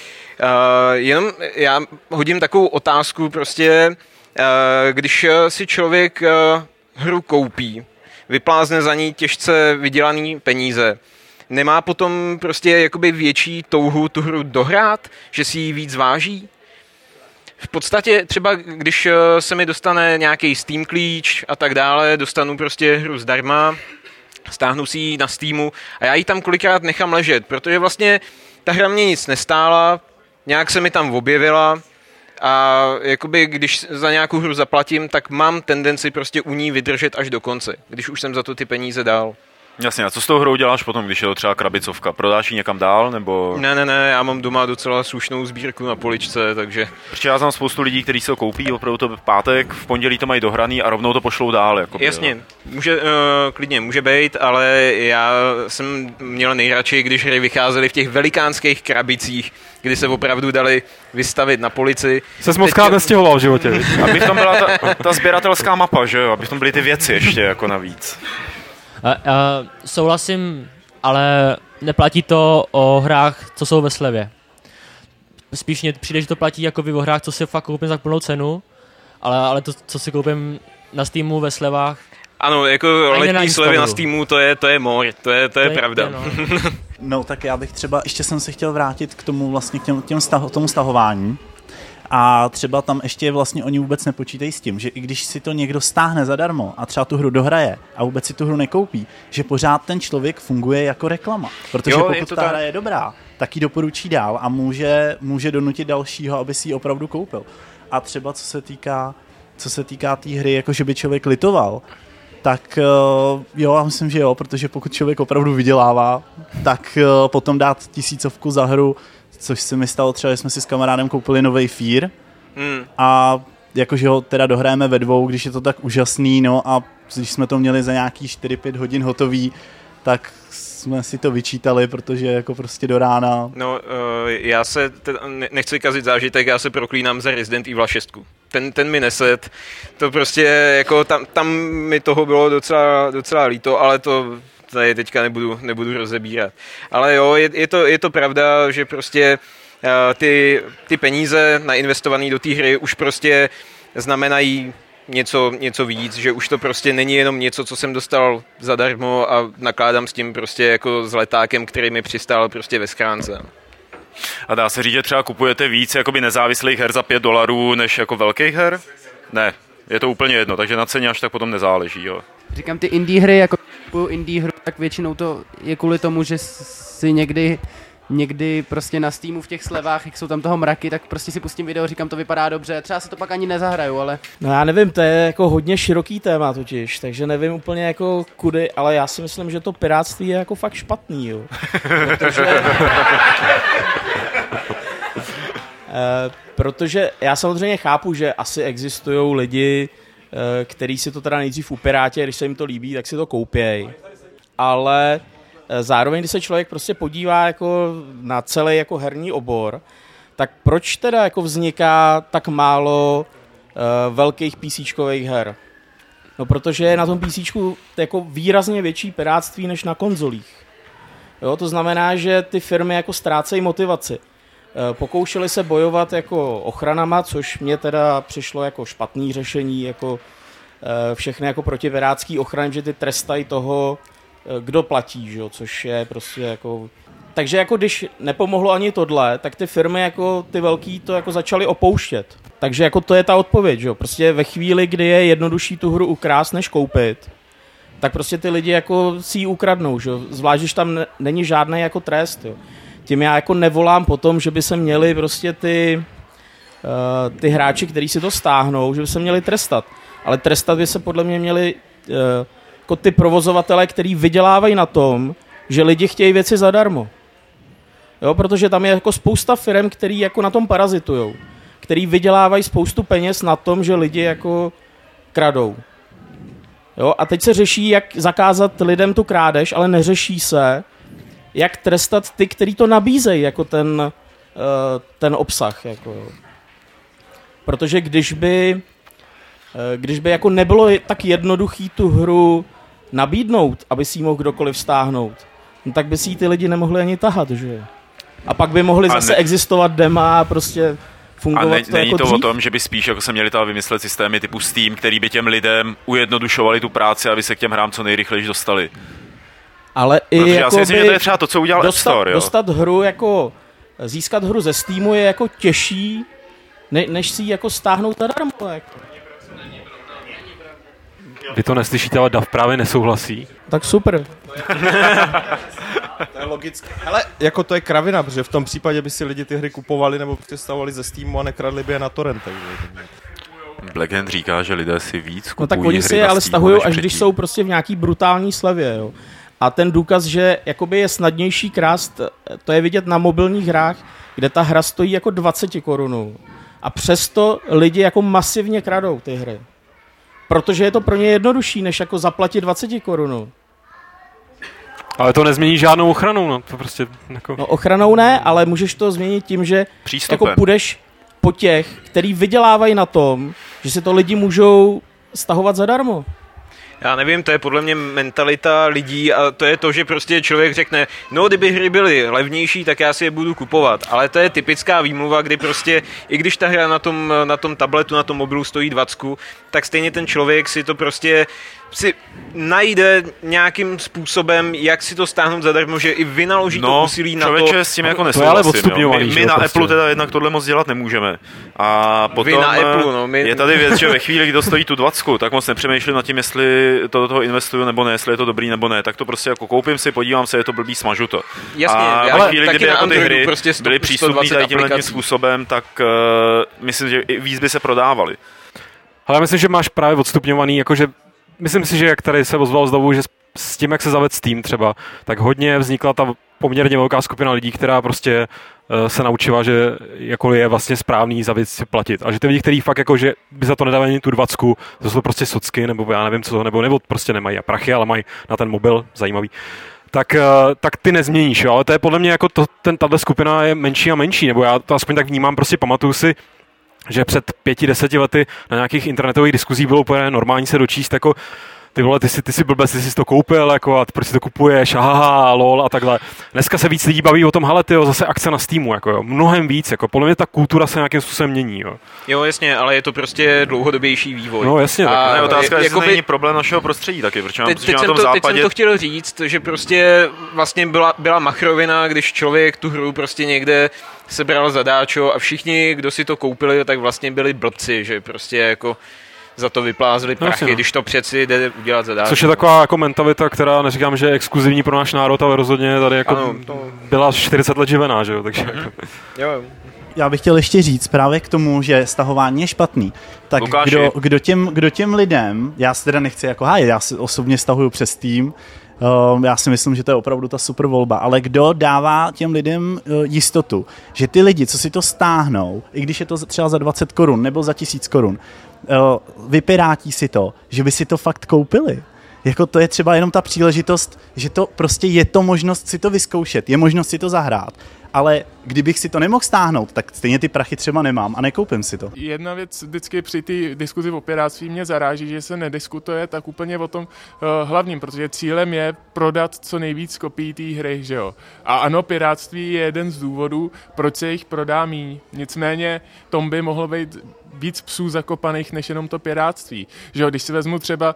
S14: Jenom já hodím takovou otázku prostě, když si člověk hru koupí, vyplázne za ní těžce vydělaný peníze, nemá potom prostě jakoby větší touhu tu hru dohrát, že si ji víc váží? V podstatě třeba, když se mi dostane nějaký Steam klíč a tak dále, dostanu prostě hru zdarma, stáhnu si ji na Steamu a já ji tam kolikrát nechám ležet, protože vlastně ta hra mě nic nestála, nějak se mi tam objevila a jakoby když za nějakou hru zaplatím, tak mám tendenci prostě u ní vydržet až do konce, když už jsem za to ty peníze dal.
S15: Jasně, a co s tou hrou děláš potom, když je to třeba krabicovka? Prodáš ji někam dál, nebo...
S14: Ne, já mám doma docela slušnou sbírku na poličce, takže...
S15: Protože já znám spoustu lidí, kteří se ho koupí, opravdu to pátek, v pondělí to mají dohraný a rovnou to pošlou dál. Jakoby,
S14: jasně, klidně může být, ale já jsem měl nejradši, když hry vycházely v těch velikánských krabicích, kdy se opravdu dali vystavit na polici.
S1: Ses moc krát nestěhoval v životě.
S15: Aby v tom byla ta sběratelská mapa, že jo? Aby v tom byly ty věci ještě jako navíc.
S11: Souhlasím, ale neplatí to o hrách, co jsou ve slevě. Spíš mně přijde, že to platí jako o hrách, co si fakt koupím za plnou cenu, ale to, co si koupím na Steamu ve slevách.
S14: Ano, jako letní slevy na Steamu, to je mor, to je pravda.
S18: No tak já bych třeba, ještě jsem se chtěl vrátit k tomu vlastně, k tomu stahování. A třeba tam ještě vlastně oni vůbec nepočítají s tím, že i když si to někdo stáhne zadarmo a třeba tu hru dohraje a vůbec si tu hru nekoupí, že pořád ten člověk funguje jako reklama. Protože pokud ta hra je dobrá, tak ji doporučí dál a může donutit dalšího, aby si ji opravdu koupil. A třeba co se týká té hry, jako že by člověk litoval, tak jo, já myslím, že jo, protože pokud člověk opravdu vydělává, tak potom dát 1000 za hru, což se mi stalo třeba, že jsme si s kamarádem koupili novej Fear a jakože ho teda dohrajeme ve dvou, když je to tak úžasný, no a když jsme to měli za nějaký 4-5 hodin hotový, tak jsme si to vyčítali, protože jako prostě do rána.
S14: No, já se nechci kazit zážitek, já se proklínám za Resident Evil 6. Ten mi neset, to prostě jako tam mi toho bylo docela líto, ale to tady teďka nebudu rozebírat. Ale jo, je to pravda, že prostě ty peníze nainvestované do té hry už prostě znamenají něco víc, že už to prostě není jenom něco, co jsem dostal zadarmo a nakládám s tím prostě jako s letákem, který mi přistál prostě ve schránce.
S15: A dá se říct, že třeba kupujete víc jakoby nezávislých her za $5 než jako velkých her? Ne, je to úplně jedno, takže na ceně až tak potom nezáleží, jo.
S16: Říkám, ty indie hry, jako indie hru, tak většinou to je kvůli tomu, že si někdy prostě na Steamu v těch slevách, jak jsou tam toho mraky, tak prostě si pustím video, říkám, to vypadá dobře, třeba si to pak ani nezahraju, ale...
S17: No já nevím, to je jako hodně široký téma totiž, takže nevím úplně jako kudy, ale já si myslím, že to pirátství je jako fakt špatný, jo. Protože já samozřejmě chápu, že asi existují lidi, který si to teda nejdřív upirátě, když se jim to líbí, tak si to koupěj. Ale zároveň, když se člověk prostě podívá jako na celý jako herní obor, tak proč teda jako vzniká tak málo velkých PCčkových her? No protože je na tom PCčku jako výrazně větší pirátství než na konzolích. Jo, to znamená, že ty firmy jako ztrácejí motivaci. Pokoušeli se bojovat jako ochranama, což mě teda přišlo jako špatný řešení, jako všechny jako protipirácký ochrany, že ty trestají toho, kdo platí, že jo, což je prostě jako... Takže jako když nepomohlo ani tohle, tak ty firmy jako ty velký to jako začaly opouštět. Takže jako to je ta odpověď, že jo, prostě ve chvíli, kdy je jednodušší tu hru ukrást než koupit, tak prostě ty lidi jako si ji ukradnou, že jo, zvlášť, když tam není žádný jako trest, jo. Tím já jako nevolám po tom, že by se měli prostě ty hráči, kteří si to stáhnou, že by se měli trestat. Ale trestat by se podle mě měli jako ty provozovatele, který vydělávají na tom, že lidi chtějí věci zadarmo. Jo, protože tam je jako spousta firm, který jako na tom parazitujou. Který vydělávají spoustu peněz na tom, že lidi jako kradou. Jo, a teď se řeší, jak zakázat lidem tu krádež, ale neřeší se, jak trestat ty, kteří to nabízejí, jako ten obsah. Jako. Protože když by jako nebylo tak jednoduchý tu hru nabídnout, aby si ji mohl kdokoliv stáhnout, no tak by si ji ty lidi nemohli ani tahat, že? A pak by mohli zase existovat dema a prostě fungovat
S15: a
S17: to
S15: není
S17: jako
S15: to
S17: dřív?
S15: o tom, že by spíš jako se měli tam vymyslet systémy typu Steam, který by těm lidem ujednodušovali tu práci, aby se k těm hrám co nejrychleji dostali.
S17: Ale i
S15: protože
S17: jako
S15: já si myslím, že to je třeba to, co udělal App Store, jo.
S17: Dostat hru jako, získat hru ze Steamu je jako těžší, než si ji jako stáhnout zadarmo. Jako.
S1: Vy to neslyšíte, ale DAV právě nesouhlasí.
S17: Tak super.
S19: To je logické. Ale jako to je kravina, protože v tom případě by si lidi ty hry kupovali nebo prostě stahovali ze Steamu a nekradli by je na torrentech.
S15: Black Hand říká, že lidé si víc kupují
S17: no tak oni si je ale stahují, až když jsou prostě v nějaký brutální slevě, jo.
S20: A ten důkaz, že jakoby je snadnější krást, to je vidět na mobilních hrách, kde ta hra stojí jako 20 korunů. A přesto lidi jako masivně kradou ty hry. Protože je to pro ně jednodušší, než jako zaplatit 20 korunů.
S1: Ale to nezmění žádnou ochranou, no. To prostě jako...
S20: No ochranou ne, ale můžeš to změnit tím, že jako půjdeš po těch, který vydělávají na tom, že si to lidi můžou stahovat zadarmo.
S14: Já nevím, to je podle mě mentalita lidí a to je to, že prostě člověk řekne, no kdyby hry byly levnější, tak já si je budu kupovat. Ale to je typická výmluva, kdy prostě, i když ta hra na tom tabletu, na tom mobilu stojí 20, tak stejně ten člověk si to prostě si najde nějakým způsobem, jak si to stáhnout zadarmo, že i vynaloží to úsilí na to.
S15: No, člověče, s tím jako nesouhlasím. My na Apple teda jednak tohle moc dělat nemůžeme. A potom
S14: vy na Apple, no,
S15: je tady věc, že ve chvíli, kdy to stojí tu 20, tak moc nepřemýšlím nad tím, jestli to do toho investuju nebo ne, jestli je to dobrý nebo ne. Tak to prostě jako koupím si, podívám se, je to blbý, smažu to.
S14: Jasně,
S15: a ve chvíli, kdyby jako ty hry
S14: prostě
S15: byly přístupné tady tímhle způsobem, tak myslím, že i víc by se prodávaly.
S1: Ale já myslím, že máš právě odstupňovaný, jakože myslím si, že jak tady se ozval znovu, že s tím, jak se zaved Steam třeba, tak hodně vznikla ta poměrně velká skupina lidí, která prostě se naučila, že jako je vlastně správný za věc platit. A že ty lidi, kteří fakt jako, že by za to nedávali ani tu 20, to jsou prostě socky, nebo já nevím co, nebo prostě nemají prachy, ale mají na ten mobil, zajímavý. Tak ty nezměníš, jo? Ale to je podle mě jako tato skupina je menší a menší, nebo já to aspoň tak vnímám, prostě pamatuju si, že před 5-10 lety na nějakých internetových diskuzích bylo úplně normální se dočíst jako ty vole, ty jsi blbec, ty jsi to koupil, jako, a proč si to kupuješ, haha, lol a takhle. Dneska se víc lidí baví o tom, hele tyjo, zase akce na Steamu, jako jo, mnohem víc, jako podle mě ta kultura se nějakým způsobem mění, jo.
S14: Jo, jasně, ale je to prostě dlouhodobější vývoj.
S1: No jasně.
S15: A ne, otázka je, jestli to není problém našeho prostředí taky, protože
S14: teď jsem to chtěl říct, že prostě vlastně byla machrovina, když člověk tu hru prostě někde sebral zadáčo a všichni, kdo si to koupili, tak vlastně byli blbci, že prostě jako za to vyplázili prachy, no, když to přeci jde udělat zadáčo.
S1: Což je taková jako mentalita, která neříkám, že je exkluzivní pro náš národ, ale rozhodně tady jako ano, byla 40 let živená, že jo, takže jako...
S14: Jo.
S18: Já bych chtěl ještě říct právě k tomu, že stahování je špatný. Tak kdo těm lidem, já si teda nechci jako hájet, já si osobně stahuju přes Steam, já si myslím, že to je opravdu ta super volba, ale kdo dává těm lidem jistotu, že ty lidi, co si to stáhnou, i když je to třeba za 20 korun nebo za 1000 korun, vypirátí si to, že by si to fakt koupili. Jako to je třeba jenom ta příležitost, že to prostě je to možnost si to vyzkoušet, je možnost si to zahrát. Ale kdybych si to nemohl stáhnout, tak stejně ty prachy třeba nemám a nekoupím si to.
S7: Jedna věc vždycky při té diskuzi o pirátství mě zaráží, že se nediskutuje tak úplně o tom hlavním, protože cílem je prodat co nejvíc kopií té hry, že jo. A ano, pirátství je jeden z důvodů, proč se jich prodá míň. Nicméně tom by mohlo být víc psů zakopaných než jenom to pirátství. Že jo, když si vezmu třeba,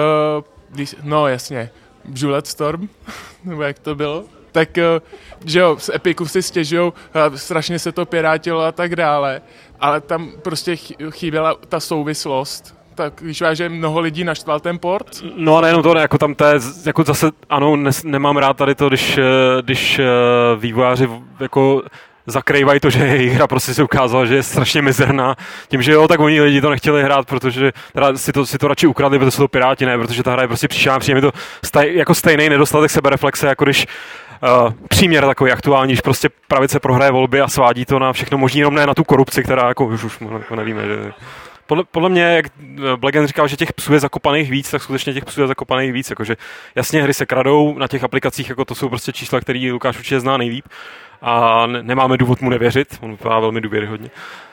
S7: no jasně, Bulletstorm, nebo jak to bylo, tak, že jo, z Epiku si stěžujou, strašně se to pirátilo a tak dále, ale tam prostě chyběla ta souvislost. Tak když váš, že mnoho lidí naštval ten port?
S1: No a nejenom to, jako tam to je, jako zase, ano, nemám rád tady to, když vývojáři jako zakrývají to, že jejich hra prostě se ukázala, že je strašně mizerná. Tím, že jo, tak oni lidi to nechtěli hrát, protože teda si to radši ukradli, protože jsou to piráti, ne, protože ta hra je prostě příšerná, přijde mi to jako stejný nedostatek sebereflexe, jako když příměr takový aktuální, když prostě pravice prohraje volby a svádí to na všechno možný, jenom ne na tu korupci, která jako už jako nevíme, že... Podle mě, jak Blagen říkal, že těch psů je zakopaných víc, tak skutečně těch psů je zakopaných víc, jakože jasně hry se kradou na těch aplikacích, jako to jsou prostě čísla, který Lukáš určitě zná nejlíp a nemáme důvod mu nevěřit, on vypadá velmi důvěryhodně.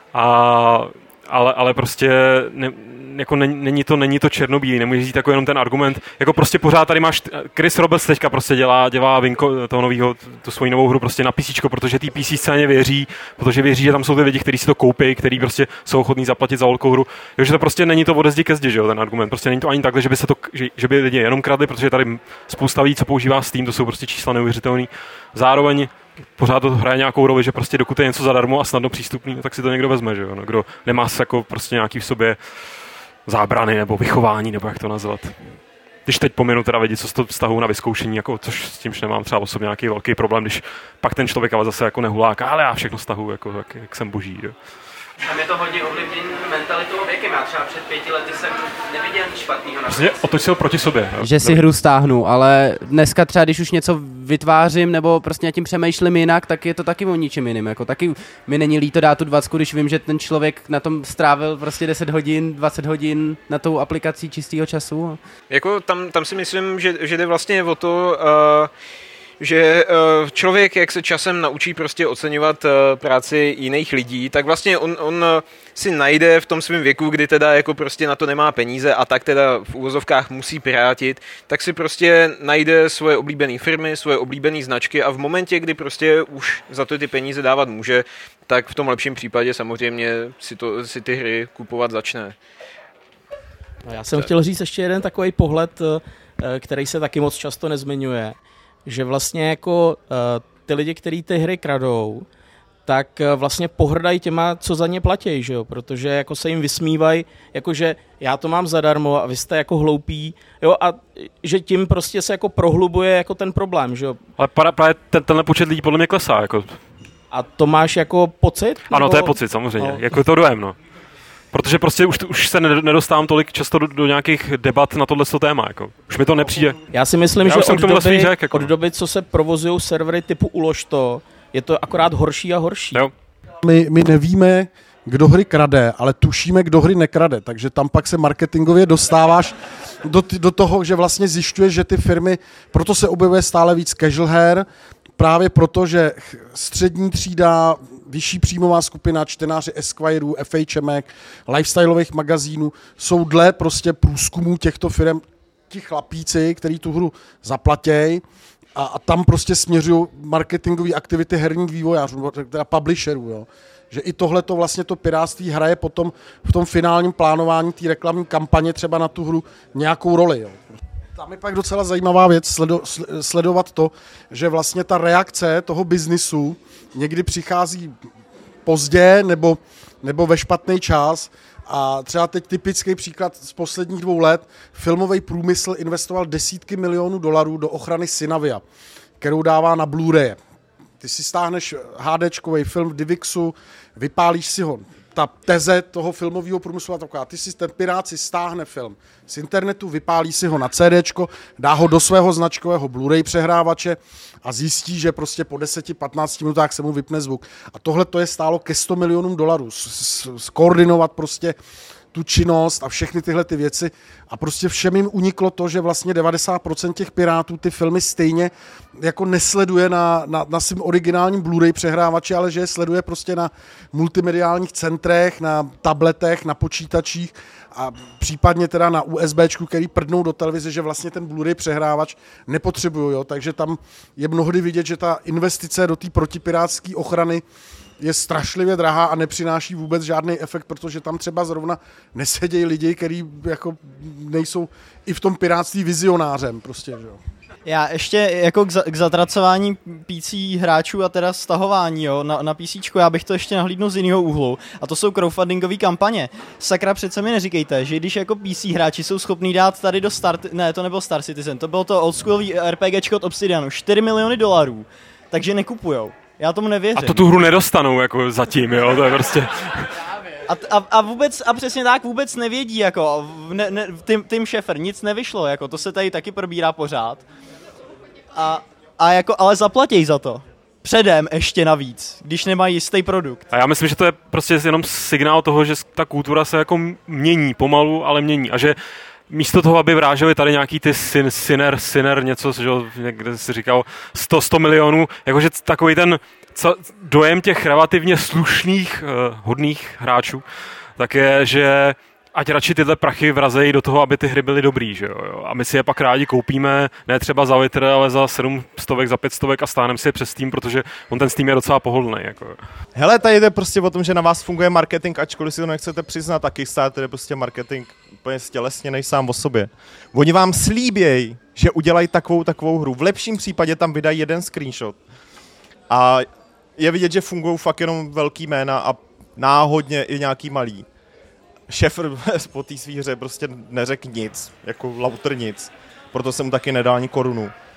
S1: Ale prostě jako není to černobílý, nemůžeš říct jako jenom ten argument, jako prostě pořád tady máš, Chris Roberts teďka prostě dělá Vinko, toho novýho, tu svoji novou hru prostě na PCčko, protože ty PC scéně věří, protože věří, že tam jsou ty lidi, kteří si to koupí, kteří prostě jsou ochotní zaplatit za velkou hru. Takže to prostě není to ode zdi ke zdi, že jo, ten argument. Prostě není to ani takhle, že by lidi jenom kradli, protože tady spousta lidí, co používá Steam, to jsou prostě čísla neuvěřitelný. Zároveň pořád to hraje nějakou roli, že prostě dokud je něco zadarmo a snadno přístupný, tak si to někdo vezme, že jo. No, kdo nemá jako prostě nějaký v sobě zábrany nebo vychování, nebo jak to nazvat. Když teď pominu teda lidi, co z toho vztahují na vyzkoušení, jako, což s tímž nemám třeba osobně nějaký velký problém, když pak ten člověk ale zase jako nehuláká, ale já všechno vztahuji, jako, jak jsem boží. Jo.
S16: Tam je to hodně ovlivněný mentalitou a věkem. Já třeba před 5 lety jsem neviděl nic špatného.
S1: Vlastně otočil proti sobě. Jo.
S16: Že si hru stáhnu, ale dneska třeba, když už něco vytvářím nebo prostě nad tím přemýšlím jinak, tak je to taky o ničem jiným. Jako taky mi není líto dát tu 20, když vím, že ten člověk na tom strávil prostě 10 hodin, 20 hodin na tou aplikací čistého času.
S14: Jako tam si myslím, že jde vlastně o to, že člověk, jak se časem naučí prostě oceňovat práci jiných lidí, tak vlastně on si najde v tom svém věku, kdy teda jako prostě na to nemá peníze a tak teda v úvozovkách musí pirátit, tak si prostě najde svoje oblíbené firmy, svoje oblíbené značky a v momentě, kdy prostě už za to ty peníze dávat může, tak v tom lepším případě samozřejmě si ty hry kupovat začne.
S20: No, já jsem chtěl říct ještě jeden takový pohled, který se taky moc často nezmiňuje, že vlastně jako ty lidi, kteří ty hry kradou, tak vlastně pohrdají těma, co za ně platí, že jo? Protože jako se jim vysmívají, jakože já to mám zadarmo a vy jste jako hloupí, jo? A že tím prostě se jako prohlubuje jako ten problém, že jo?
S1: Ale právě tenhle počet lidí podle mě klesá, jako.
S20: A to máš jako pocit?
S1: Ano, to je pocit, samozřejmě, no. Jako je to dojem, no. Protože prostě už se nedostávám tolik často do nějakých debat na tohle téma, jako. Už mi to nepřijde.
S20: Já si myslím, že od doby, co se provozují servery typu Ulož to, je to akorát horší a horší.
S1: Jo.
S3: My nevíme, kdo hry krade, ale tušíme, kdo hry nekrade, takže tam pak se marketingově dostáváš do toho, že vlastně zjišťuješ, že ty firmy, proto se objevuje stále víc casual her, právě proto, že střední třída, vyšší příjmová skupina, čtenáři Esquireu, FHMek, lifestyleových magazínů jsou dle prostě průzkumů těchto firm ti chlapíci, který tu hru zaplatějí a tam prostě směřují marketingové aktivity herních vývojářů, teda publisherů, jo. Že i tohleto vlastně to pirátství hraje potom v tom finálním plánování té reklamní kampaně třeba na tu hru nějakou roli, jo. Tam je pak docela zajímavá věc sledovat to, že vlastně ta reakce toho biznisu někdy přichází pozdě nebo ve špatný čas. A třeba teď typický příklad z posledních 2 let, filmový průmysl investoval desítky milionů dolarů do ochrany Synavia, kterou dává na Blu-ray. Ty si stáhneš HDčkový film v Divixu, vypálíš si ho. Ta teze toho filmového průmyslu je taková, ten pirát si stáhne film z internetu, vypálí si ho na CDčko, dá ho do svého značkového Blu-ray přehrávače a zjistí, že prostě po 10-15 minutách se mu vypne zvuk. A tohle to je stálo ke 100 milionům dolarů. Skoordinovat prostě tu činnost a všechny tyhle ty věci a prostě všem jim uniklo to, že vlastně 90% těch pirátů ty filmy stejně jako nesleduje na svým originálním Blu-ray přehrávači, ale že je sleduje prostě na multimediálních centrech, na tabletech, na počítačích a případně teda na USBčku, který prdnou do televize, že vlastně ten Blu-ray přehrávač nepotřebují, jo? Takže tam je mnohdy vidět, že ta investice do té protipirátské ochrany je strašlivě drahá a nepřináší vůbec žádný efekt, protože tam třeba zrovna nesedějí lidi, kteří jako nejsou i v tom pirátství vizionářem prostě, že jo.
S8: Já ještě jako k zatracování PC hráčů a teda stahování jo, na PCčku, já bych to ještě nahlídnul z jiného úhlu. A to jsou crowdfundingové kampaně. Sakra, přece mi neříkejte, že když jako PC hráči jsou schopní dát tady do ne, to nebyl Star Citizen, to bylo to oldschoolový RPGčko od Obsidianu, $4 miliony, takže nekupujou. Já tomu nevěřím.
S1: A to tu hru nedostanou jako zatím, jo, to je prostě...
S8: A přesně tak vůbec nevědí, jako, Tim Schafer, nic nevyšlo, jako, to se tady taky probírá pořád. A jako, ale zaplatí za to. Předem ještě navíc, když nemají jistý produkt.
S1: A já myslím, že to je prostě jenom signál toho, že ta kultura se jako mění, pomalu, ale mění. A že místo toho, aby vráželi tady nějaký ty Sinner, něco, že někde si říkal 100 milionů, jakože takový ten dojem těch relativně slušných, hodných hráčů, tak je, že ať radši tyhle prachy vrazejí do toho, aby ty hry byly dobrý, že jo. A my si je pak rádi koupíme, ne třeba za litr, ale za 700, za 500 a stáneme si je přes Steam, protože on ten Steam je docela pohodlný. Jako.
S19: Hele, tady jde prostě o tom, že na vás funguje marketing, ačkoliv si to nechcete přiznat, a Kickstarter je prostě marketing úplně stělesněnej sám o sobě. Oni vám slíbějí, že udělají takovou hru. V lepším případě tam vydají jeden screenshot. A je vidět, že fungují fakt jenom velký jména a náhodně i nějaký malý. Schafer po té svý hře prostě neřekl nic, jako Lauter nic. Proto jsem mu taky nedal ani korunu.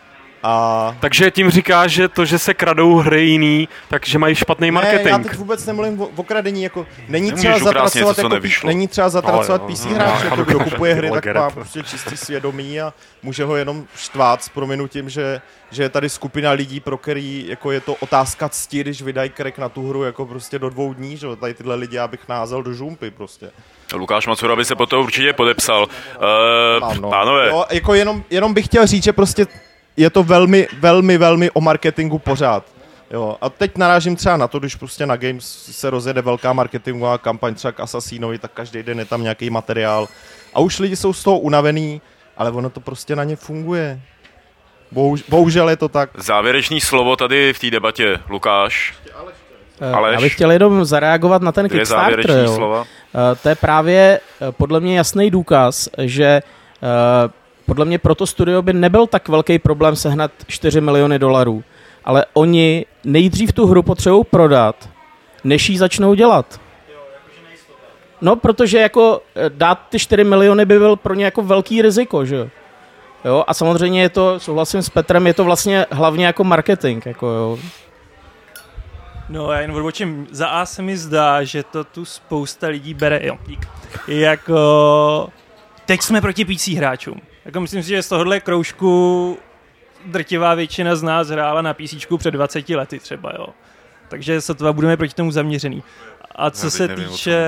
S1: Takže tím říkáš, že to, že se kradou hry jiný, takže mají špatný marketing.
S19: Ne, já teď vůbec nemluvím o kradení, jako není třeba zatracovat PC hráč, jako kdo kupuje hry, tak má prostě čistý svědomí a může ho jenom štvát s prominutím, že je tady skupina lidí, pro který jako je to otázka cti, když vydají crack na tu hru jako prostě do 2 dní, že tady tyhle lidi já bych názel do žumpy prostě.
S15: Lukáš Macura by se po to určitě podepsal. Pánové.
S19: Jo, jako jenom bych chtěl říct, že prostě je to velmi, velmi, velmi o marketingu pořád. Jo, a teď narážím třeba na to, když prostě na Games se rozjede velká marketingová kampaň třeba k Assassinovi, tak každý den je tam nějaký materiál. A už lidi jsou z toho unavený, ale ono to prostě na ně funguje. Bohužel je to tak.
S15: Závěrečný slovo tady v té debatě, Lukáš.
S20: Já bych chtěl jenom zareagovat na ten Kickstarter. To je právě podle mě jasný důkaz, že podle mě pro to studio by nebyl tak velký problém sehnat $4 miliony, ale oni nejdřív tu hru potřebují prodat, než ji začnou dělat. No, protože jako dát ty 4 miliony by byl pro ně jako velký riziko, že jo? A samozřejmě je to, souhlasím s Petrem, je to vlastně hlavně jako marketing, jako jo.
S10: No, já jen odbočím. Za A se mi zdá, že to tu spousta lidí bere, jako teď jsme proti PC hráčům. Jako myslím si, že z tohohle kroužku drtivá většina z nás hrála na PCčku před 20 lety třeba, jo. Takže sotva budeme proti tomu zaměřený. A co se týče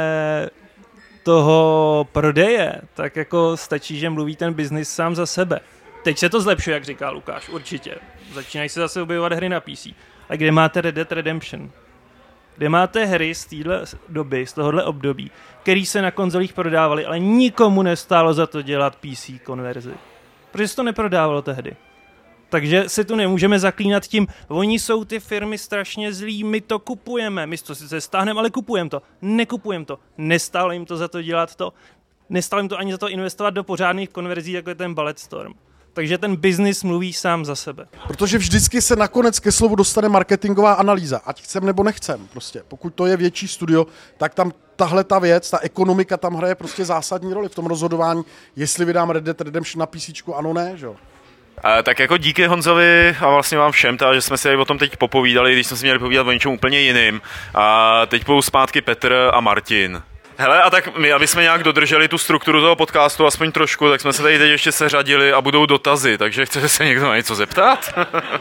S10: toho prodeje, tak jako stačí, že mluví ten biznis sám za sebe. Teď se to zlepšuje, jak říká Lukáš, určitě. Začínají se zase objevovat hry na PC. A kde máte Red Dead Redemption? Kde máte hry z téhle doby, z tohohle období, který se na konzolích prodávaly, ale nikomu nestálo za to dělat PC konverzi. Protože se to neprodávalo tehdy. Takže si tu nemůžeme zaklínat tím, oni jsou ty firmy strašně zlí, my to kupujeme, my to sice stáhneme, ale kupujeme to, nekupujeme to, nestálo jim to za to dělat to, nestálo jim to ani za to investovat do pořádných konverzí, jako je ten Bulletstorm. Takže ten biznis mluví sám za sebe.
S3: Protože vždycky se nakonec ke slovu dostane marketingová analýza, ať chcem nebo nechcem. Prostě. Pokud to je větší studio, tak tam tahle ta věc, ta ekonomika tam hraje prostě zásadní roli v tom rozhodování, jestli vydám Red Dead Redemption na PCčku, ano, ne, že jo.
S15: Tak jako díky Honzovi a vlastně vám všem, že jsme si o tom teď popovídali, když jsme si měli povídat o něčem úplně jiným. A teď půjdou zpátky Petr a Martin. Hele, a tak my, aby jsme nějak dodrželi tu strukturu toho podcastu, aspoň trošku, tak jsme se tady teď ještě seřadili a budou dotazy, takže chcete se někdo na něco zeptat?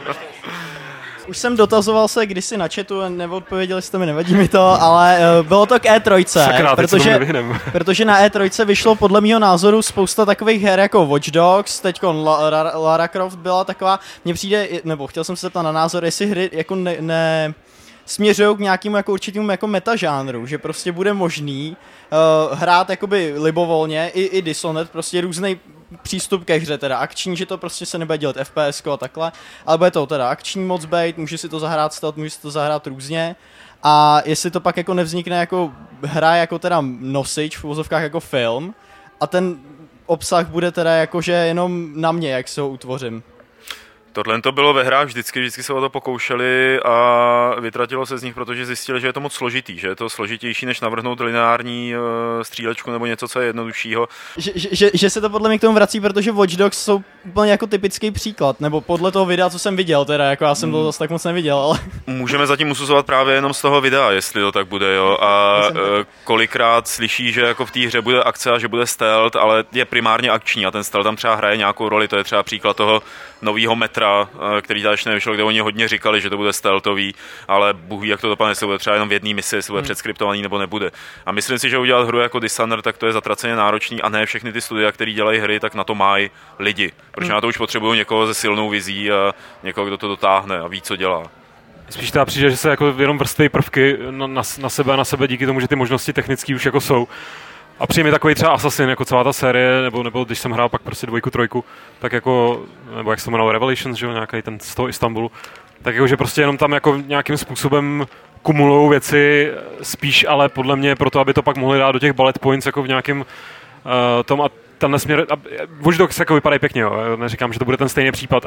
S8: Už jsem dotazoval se kdysi na chatu, neodpověděli jste mi, nevadí mi to, ale bylo to k E3,
S1: Sakra,
S8: protože na E3 vyšlo podle mýho názoru spousta takových her jako Watch Dogs, teďko Lara Croft byla taková, mně přijde, nebo chtěl jsem se zeptat na názor, jestli hry jako směřují k nějakému jako určitému jako metažánru, že prostě bude možný hrát jakoby libovolně, i Dishonored, prostě různý přístup ke hře, teda akční, že to prostě se nebude dělat FPS a takhle, ale bude to teda akční moc být, může si to zahrát stealth, může si to zahrát různě a jestli to pak jako nevznikne jako hra jako teda nosič v uvozovkách jako film a ten obsah bude teda jakože jenom na mě, jak se ho utvořím.
S15: Tohle to bylo ve hrách vždycky se o to pokoušeli a vytratilo se z nich, protože zjistili, že je to moc složitý, že je to složitější, než navrhnout lineární střílečku nebo něco, co je jednoduššího.
S8: Že se to podle mě k tomu vrací, protože Watch Dogs jsou úplně jako typický příklad, nebo podle toho videa, co jsem viděl, teda jako já jsem to zase tak moc neviděl, ale...
S15: Můžeme zatím usuzovat právě jenom z toho videa, jestli to tak bude, jo, a kolikrát slyší, že jako v té hře bude akce a že bude stealth, ale je primárně akční a ten stealth tam třeba hraje nějakou roli, to je třeba příklad toho nového Metra, který tady ještě nevyšel, kde oni hodně říkali, že to bude stealthový, ale Bůh ví, jak to dopadne, jestli bude třeba jenom v jedné misi, jestli bude předskriptovaný nebo nebude. A myslím si, že udělat hru jako Dishonored, tak to je zatraceně náročný a ne všechny ty studia, které dělají hry, tak na to mají lidi. Protože na to už potřebují někoho se silnou vizí a někoho, kdo to dotáhne a ví, co dělá.
S1: Spíš teda přijde, že se jako jenom vrství prvky na sebe díky tomu, že ty možnosti technické už jako jsou. A přijde mi takový třeba Assassin, jako celá ta série, nebo když jsem hrál pak prostě 2, 3, tak jako, nebo jak se jmenoval Revelations, že jo, nějaký ten z toho Istanbulu, tak jako, že prostě jenom tam jako nějakým způsobem kumulujou věci, spíš ale podle mě proto, aby to pak mohli dát do těch bullet points jako v nějakém tom a ten směr, Watch Dogs jako vypadají pěkně, jo, neříkám, že to bude ten stejný případ,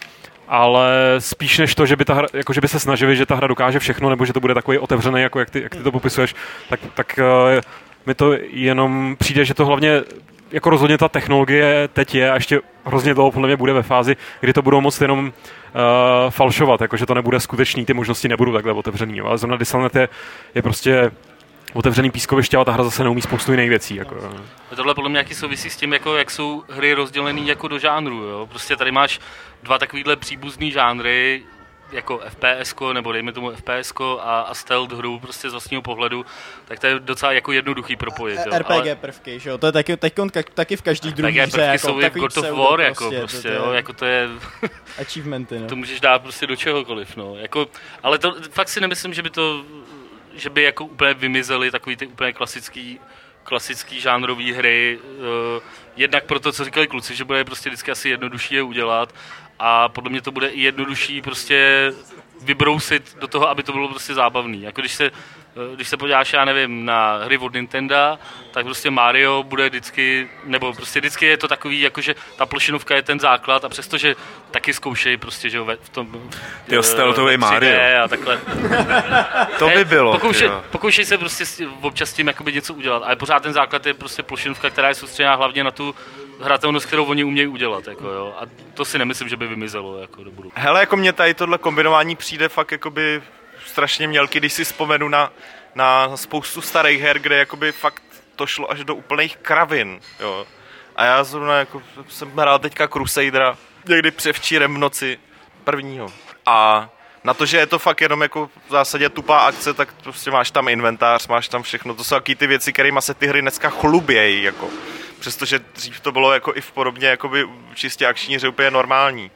S1: ale spíš než to, že by ta hra, jako že by se snažili, že ta hra dokáže všechno, nebo že to bude takový otevřený, jako jak ty to popisuješ, tak mi to jenom přijde, že to hlavně jako rozhodně ta technologie teď je a ještě hrozně dlouho podle mě bude ve fázi, kdy to budou moct jenom falšovat, jakože to nebude skutečný, ty možnosti nebudou takhle otevřený, jo. Ale zrovna Disalnet je prostě otevřený pískoviště a ta hra zase neumí spoustu jiných věcí. Jako.
S4: Tohle podle mě nějaký souvisí s tím, jako, jak jsou hry rozdělený jako do žánru. Jo. Prostě tady máš dva takovýhle příbuzný žánry, jako FPS, nebo dejme tomu FPS a stealth hru prostě z vlastního pohledu, tak to je docela jako jednoduchý propojit. Jo.
S8: RPG prvky, že jo, to je taky v každý druhý hře,
S4: jako jsou
S8: takový
S4: God of War, jako prostě, jo, jako to je...
S8: achievementy, no.
S4: To můžeš dát prostě do čehokoliv, no. Jako, ale to fakt si nemyslím, že by jako úplně vymizely takový ty úplně klasický žánrový hry, jednak pro to, co říkali kluci, že bude prostě vždycky asi jednodušší je udělat a podle mě to bude i jednodušší prostě vybrousit do toho, aby to bylo prostě zábavný. Jako když se podíváš, já nevím, na hry od Nintendo, tak prostě Mario bude vždycky, nebo prostě vždycky je to takový, jakože ta plošinovka je ten základ a přestože taky zkoušej prostě, že v tom
S15: stealthový Mario
S4: a takhle.
S15: To by bylo.
S4: Pokoušej se prostě občas tím jakoby něco udělat, ale pořád ten základ je prostě plošinovka, která je soustředěná hlavně na tu hratelnost, kterou oni umějí udělat, jako jo. A to si nemyslím, že by vymizelo jako do budoucna.
S5: Hele, jako mě tady tohle kombinování přijde fakt jakoby strašně mělký, když si vzpomenu na spoustu starých her, kde jakoby fakt to šlo až do úplných kravin, jo. A já zrovna jako jsem hrál teďka Crusadera, někdy převčírem v noci prvního. A na to, že je to fakt jenom jako v zásadě tupá akce, tak prostě máš tam inventář, máš tam všechno. To jsou taky ty věci, kterýma se ty hry dneska chlubějí, jako. Přestože dřív to bylo jako i v podobně jakoby čistě akční hře úplně normální.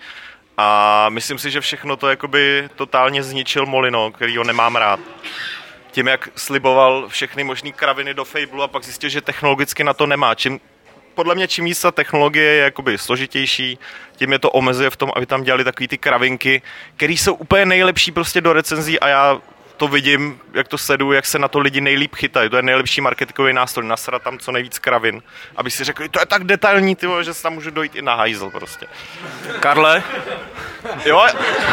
S5: A myslím si, že všechno to jakoby totálně zničil Molino, který ho nemám rád. Tím, jak sliboval všechny možný kraviny do Fablu a pak zjistil, že technologicky na to nemá. Podle mě čím víc ta technologie je jakoby složitější, tím je to omezuje v tom, aby tam dělali takový ty kravinky, které jsou úplně nejlepší prostě do recenzí a já to vidím, jak to sleduju, jak se na to lidi nejlíp chytají. To je nejlepší marketingový nástroj, nasrat tam co nejvíc kravin, aby si řekli, to je tak detailní, tyvo, že se tam můžu dojít i na hajzl prostě. Karle? Jo?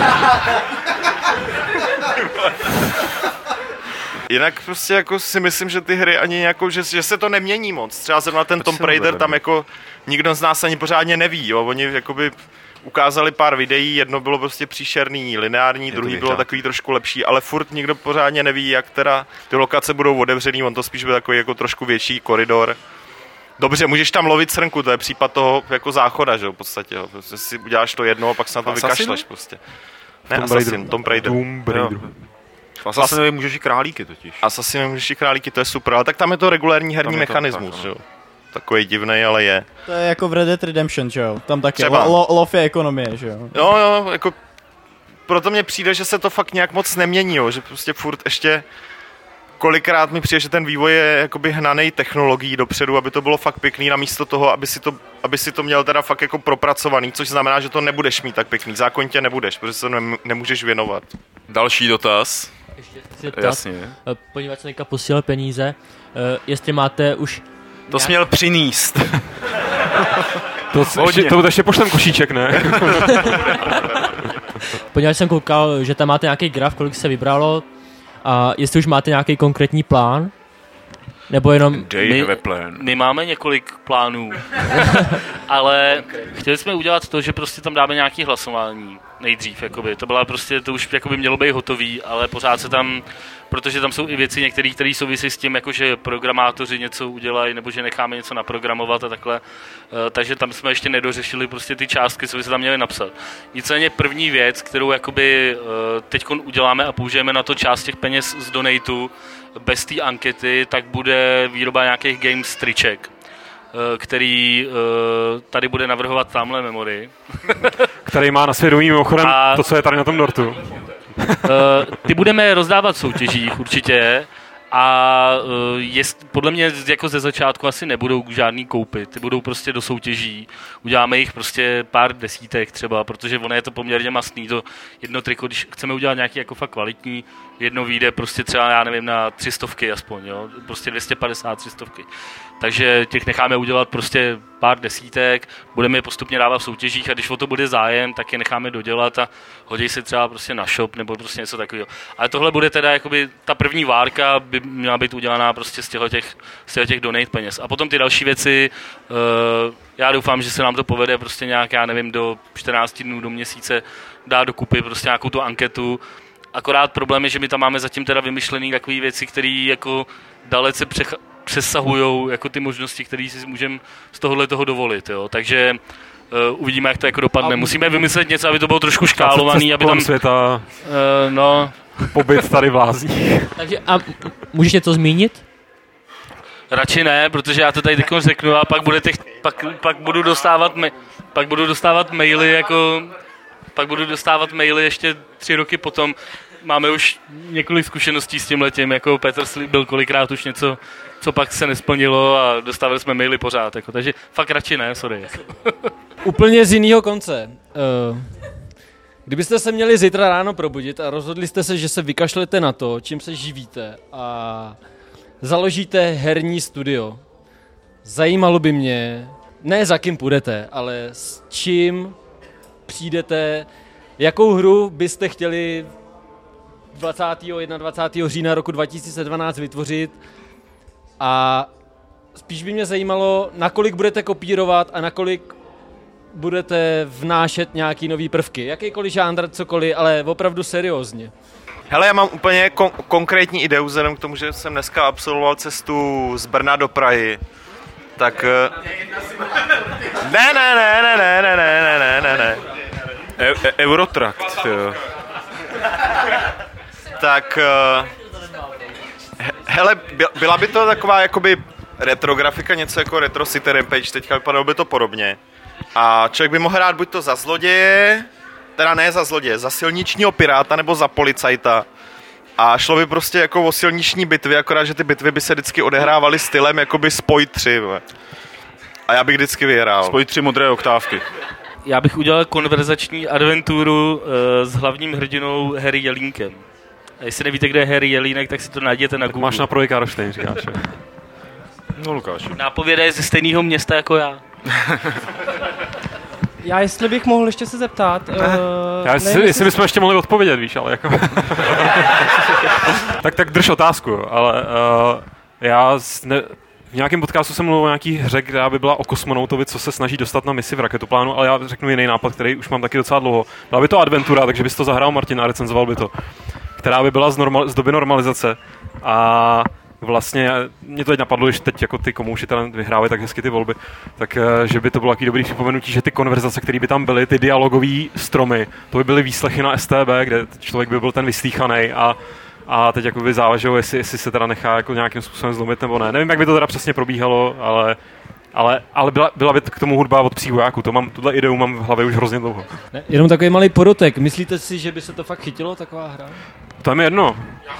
S5: Jinak prostě jako si myslím, že ty hry ani jako, že se to nemění moc. Třeba zrovna ten Tomb Raider tam jako nikdo z nás ani pořádně neví, jo. Oni jakoby ukázali pár videí, jedno bylo prostě příšerný, lineární, druhý bylo takový trošku lepší, ale furt nikdo pořádně neví, jak teda ty lokace budou otevřený, on to spíš bude takový jako trošku větší koridor. Dobře, můžeš tam lovit srnku, to je případ toho jako záchoda, že jo, v podstatě, jo. Prostě si uděláš to jedno a pak se na to vykašleš prostě. Ne, Assassin, Tomb Raider.
S15: V Assassinovi můžeš i králíky totiž.
S5: Assassinovi můžeš i králíky, to je super, ale tak tam je to regulární herní mechanismus, tak, jo. Takový divnej, ale je.
S8: To je jako v Red Dead Redemption, že jo? Tam taky lov je ekonomie, že jo?
S5: Jo, jako proto mně přijde, že se to fakt nějak moc nemění, jo, že prostě furt ještě kolikrát mi přijde, že ten vývoj je jakoby hnanej technologií dopředu, aby to bylo fakt pěkný, namísto toho, aby si to měl teda fakt jako propracovaný, což znamená, že to nebudeš mít tak pěkný, zákonitě nebudeš, protože se nemůžeš věnovat.
S15: Další dotaz.
S11: Jasně. Podívat se někam posílat peníze, jestli máte už...
S15: To jsi měl přinést.
S1: To ještě pošlem košíček, ne?
S11: Poněvadž jsem koukal, že tam máte nějaký graf, kolik se vybralo a jestli už máte nějaký konkrétní plán, nebo jenom...
S4: My máme několik plánů, ale chtěli jsme udělat to, že prostě tam dáme nějaké hlasování nejdřív, jakoby. To už jakoby mělo být hotový, ale pořád se tam, protože tam jsou i věci některé, které souvisí s tím, jako že programátoři něco udělají, nebo že necháme něco naprogramovat a takhle, takže tam jsme ještě nedořešili prostě ty částky, co by se tam měly napsat. Nicméně první věc, kterou jakoby teďkon uděláme a použijeme na to část těch peněz z donatu, bez té ankety, tak bude výroba nějakých games triček, který tady bude navrhovat tamhle Memory.
S1: Který má na svědomí mimochodem to, co je tady na tom dortu.
S4: Ty budeme rozdávat v soutěžích určitě a podle mě jako ze začátku asi nebudou žádný koupy, ty budou prostě do soutěží, uděláme jich prostě pár desítek třeba, protože ono je to poměrně masný, to jedno triko, když chceme udělat nějaký jako fakt kvalitní, jedno vyjde prostě třeba, já nevím, na 300 aspoň, jo, prostě 250, 300. Takže těch necháme udělat prostě pár desítek, budeme je postupně dávat v soutěžích a když o to bude zájem, tak je necháme dodělat a hodí se třeba prostě na shop nebo prostě něco takového. Ale tohle bude teda jakoby ta první várka by měla být udělaná prostě z těch donate peněz. A potom ty další věci, já doufám, že se nám to povede prostě nějak, já nevím, do 14 dnů, do měsíce dát dokupy prostě nějakou tu anketu. Akorát problém je, že my tam máme zatím teda vymyšlený takové věci, které jako dalece přesahujou jako ty možnosti, které si můžeme z tohohle toho dovolit. Jo. Takže uvidíme, jak to jako dopadne. Musíme vymyslet něco, aby to bylo trošku škálovaný, aby tam
S1: světa
S4: no
S1: pobyt tady v lázních.
S11: Takže a můžeš něco zmínit?
S4: Radši ne, protože já to tady teď řeknu a pak budu dostávat maily jako pak budu dostávat maily ještě 3 roky potom. Máme už několik zkušeností s tímhletím, jako Petr slíbil kolikrát už něco, co pak se nesplnilo a dostávali jsme maily pořád, jako, takže fakt radši ne, sorry.
S21: Úplně z jiného konce. Kdybyste se měli zítra ráno probudit a rozhodli jste se, že se vykašlete na to, čím se živíte a založíte herní studio, zajímalo by mě, ne za kým půjdete, ale s čím přijdete, jakou hru byste chtěli 21. října roku 2012 vytvořit a spíš by mě zajímalo, nakolik budete kopírovat a nakolik budete vnášet nějaký nový prvky. Jakýkoliv žánr, cokoliv, ale opravdu seriózně.
S5: Hele, já mám úplně konkrétní ideu, vzhledem k tomu, že jsem dneska absolvoval cestu z Brna do Prahy. Tak... Ne.
S15: Eurotrakt, jo.
S5: Tak... Hele, byla by to taková jakoby retrografika, něco jako Retro City Rampage, teďka vypadalo by to podobně. A člověk by mohl hrát buď to za zloděje, teda ne za zloděje, za silničního piráta nebo za policajta. A šlo by prostě jako o silniční bitvy, akorát, že ty bitvy by se vždycky odehrávaly stylem jakoby Spoj 3. A já bych vždycky vyhrál.
S15: Spoj 3 modré oktávky.
S4: Já bych udělal konverzační adventuru s hlavním hrdinou Harry Jelínkem. A jestli nevíte, kde je Harry Jelínek, tak si to najděte na Google.
S1: Máš na projekt Karlštejn, říkáš.
S15: No, Lukáš.
S4: Nápověda je ze stejného města jako já.
S22: Já jestli bych mohl ještě se zeptat.
S1: Jestli bychom ještě mohli odpovědět, víš, ale jako... tak drž otázku, ale v nějakém podcastu jsem mluvil o nějaký hře, která by byla o kosmonautovi, co se snaží dostat na misi v raketoplánu, ale já řeknu jiný nápad, který už mám taky docela dlouho. Byla by to adventura, takže bys to zahrál Martin a recenzoval by to. Která by byla z doby normalizace a vlastně mě to teď napadlo, že teď jako ty komouši tam vyhrávají tak hezky ty volby, tak že by to bylo takový dobrý připomenutí, že ty konverzace, které by tam byly, ty dialogové stromy, to by byly výslechy na STB, kde člověk by byl ten vyslýchanej a teď jako by záleželo, jestli se teda nechá jako nějakým způsobem zlomit nebo ne. Nevím, jak by to teda přesně probíhalo, ale byla by k tomu hudba od Psích vojáků. Tuhle ideu mám v hlavě už hrozně dlouho.
S21: Ne, jenom takový malý podotek. Myslíte si, že by se to fakt chytilo, taková hra?
S1: To je mi jedno.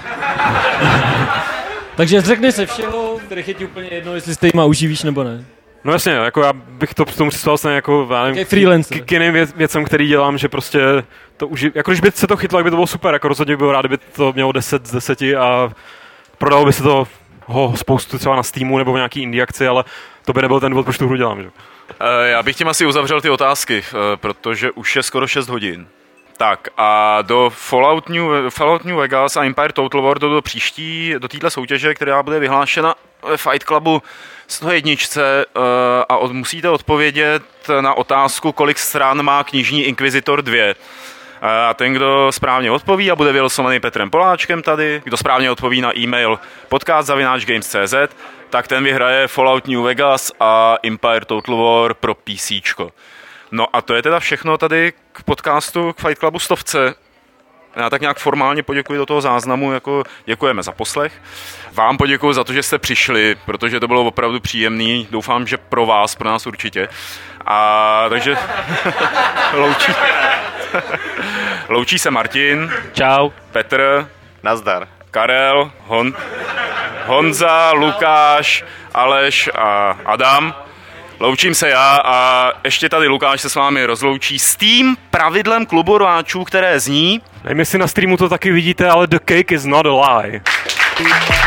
S21: Takže řekni se všeho, který chytí úplně jedno, jestli stejma uživíš nebo ne.
S1: No jasně, jako já bych to tomu přispěl stejně jako
S21: freelancer.
S1: K jiným věcem, který dělám, že prostě to jako když by se to chytlo, tak by to bylo super, jako rozhodně bych byl rád, kdyby to mělo 10 z 10 a prodalo by se to spoustu třeba na Steamu nebo v nějaký indie akci, ale to by nebyl ten důvod, proč tu hru dělám, že?
S15: Já bych tím asi uzavřel ty otázky, protože už je skoro 6 hodin. Tak a do Fallout New Vegas a Empire Total War do téhle soutěže, která bude vyhlášena ve Fight Clubu 101 a musíte odpovědět na otázku, kolik stran má knižní Inquisitor 2. A ten, kdo správně odpoví a bude vylosovaný Petrem Poláčkem tady, kdo správně odpoví na e-mail podcast@games.cz, tak ten vyhraje Fallout New Vegas a Empire Total War pro PCčko. No a to je teda všechno tady k podcastu, k Fight Clubu 100. Já tak nějak formálně poděkuji do toho záznamu, jako děkujeme za poslech. Vám poděkuji za to, že jste přišli, protože to bylo opravdu příjemný. Doufám, že pro vás, pro nás určitě. A takže loučí se Martin.
S4: Čau.
S5: Petr. Nazdar.
S15: Karel, Honza, Lukáš, Aleš a Adam. Loučím se já a ještě tady Lukáš se s vámi rozloučí s tím pravidlem klubu rváčů, které zní...
S1: Nevím, jestli na streamu to taky vidíte, ale the cake is not a lie.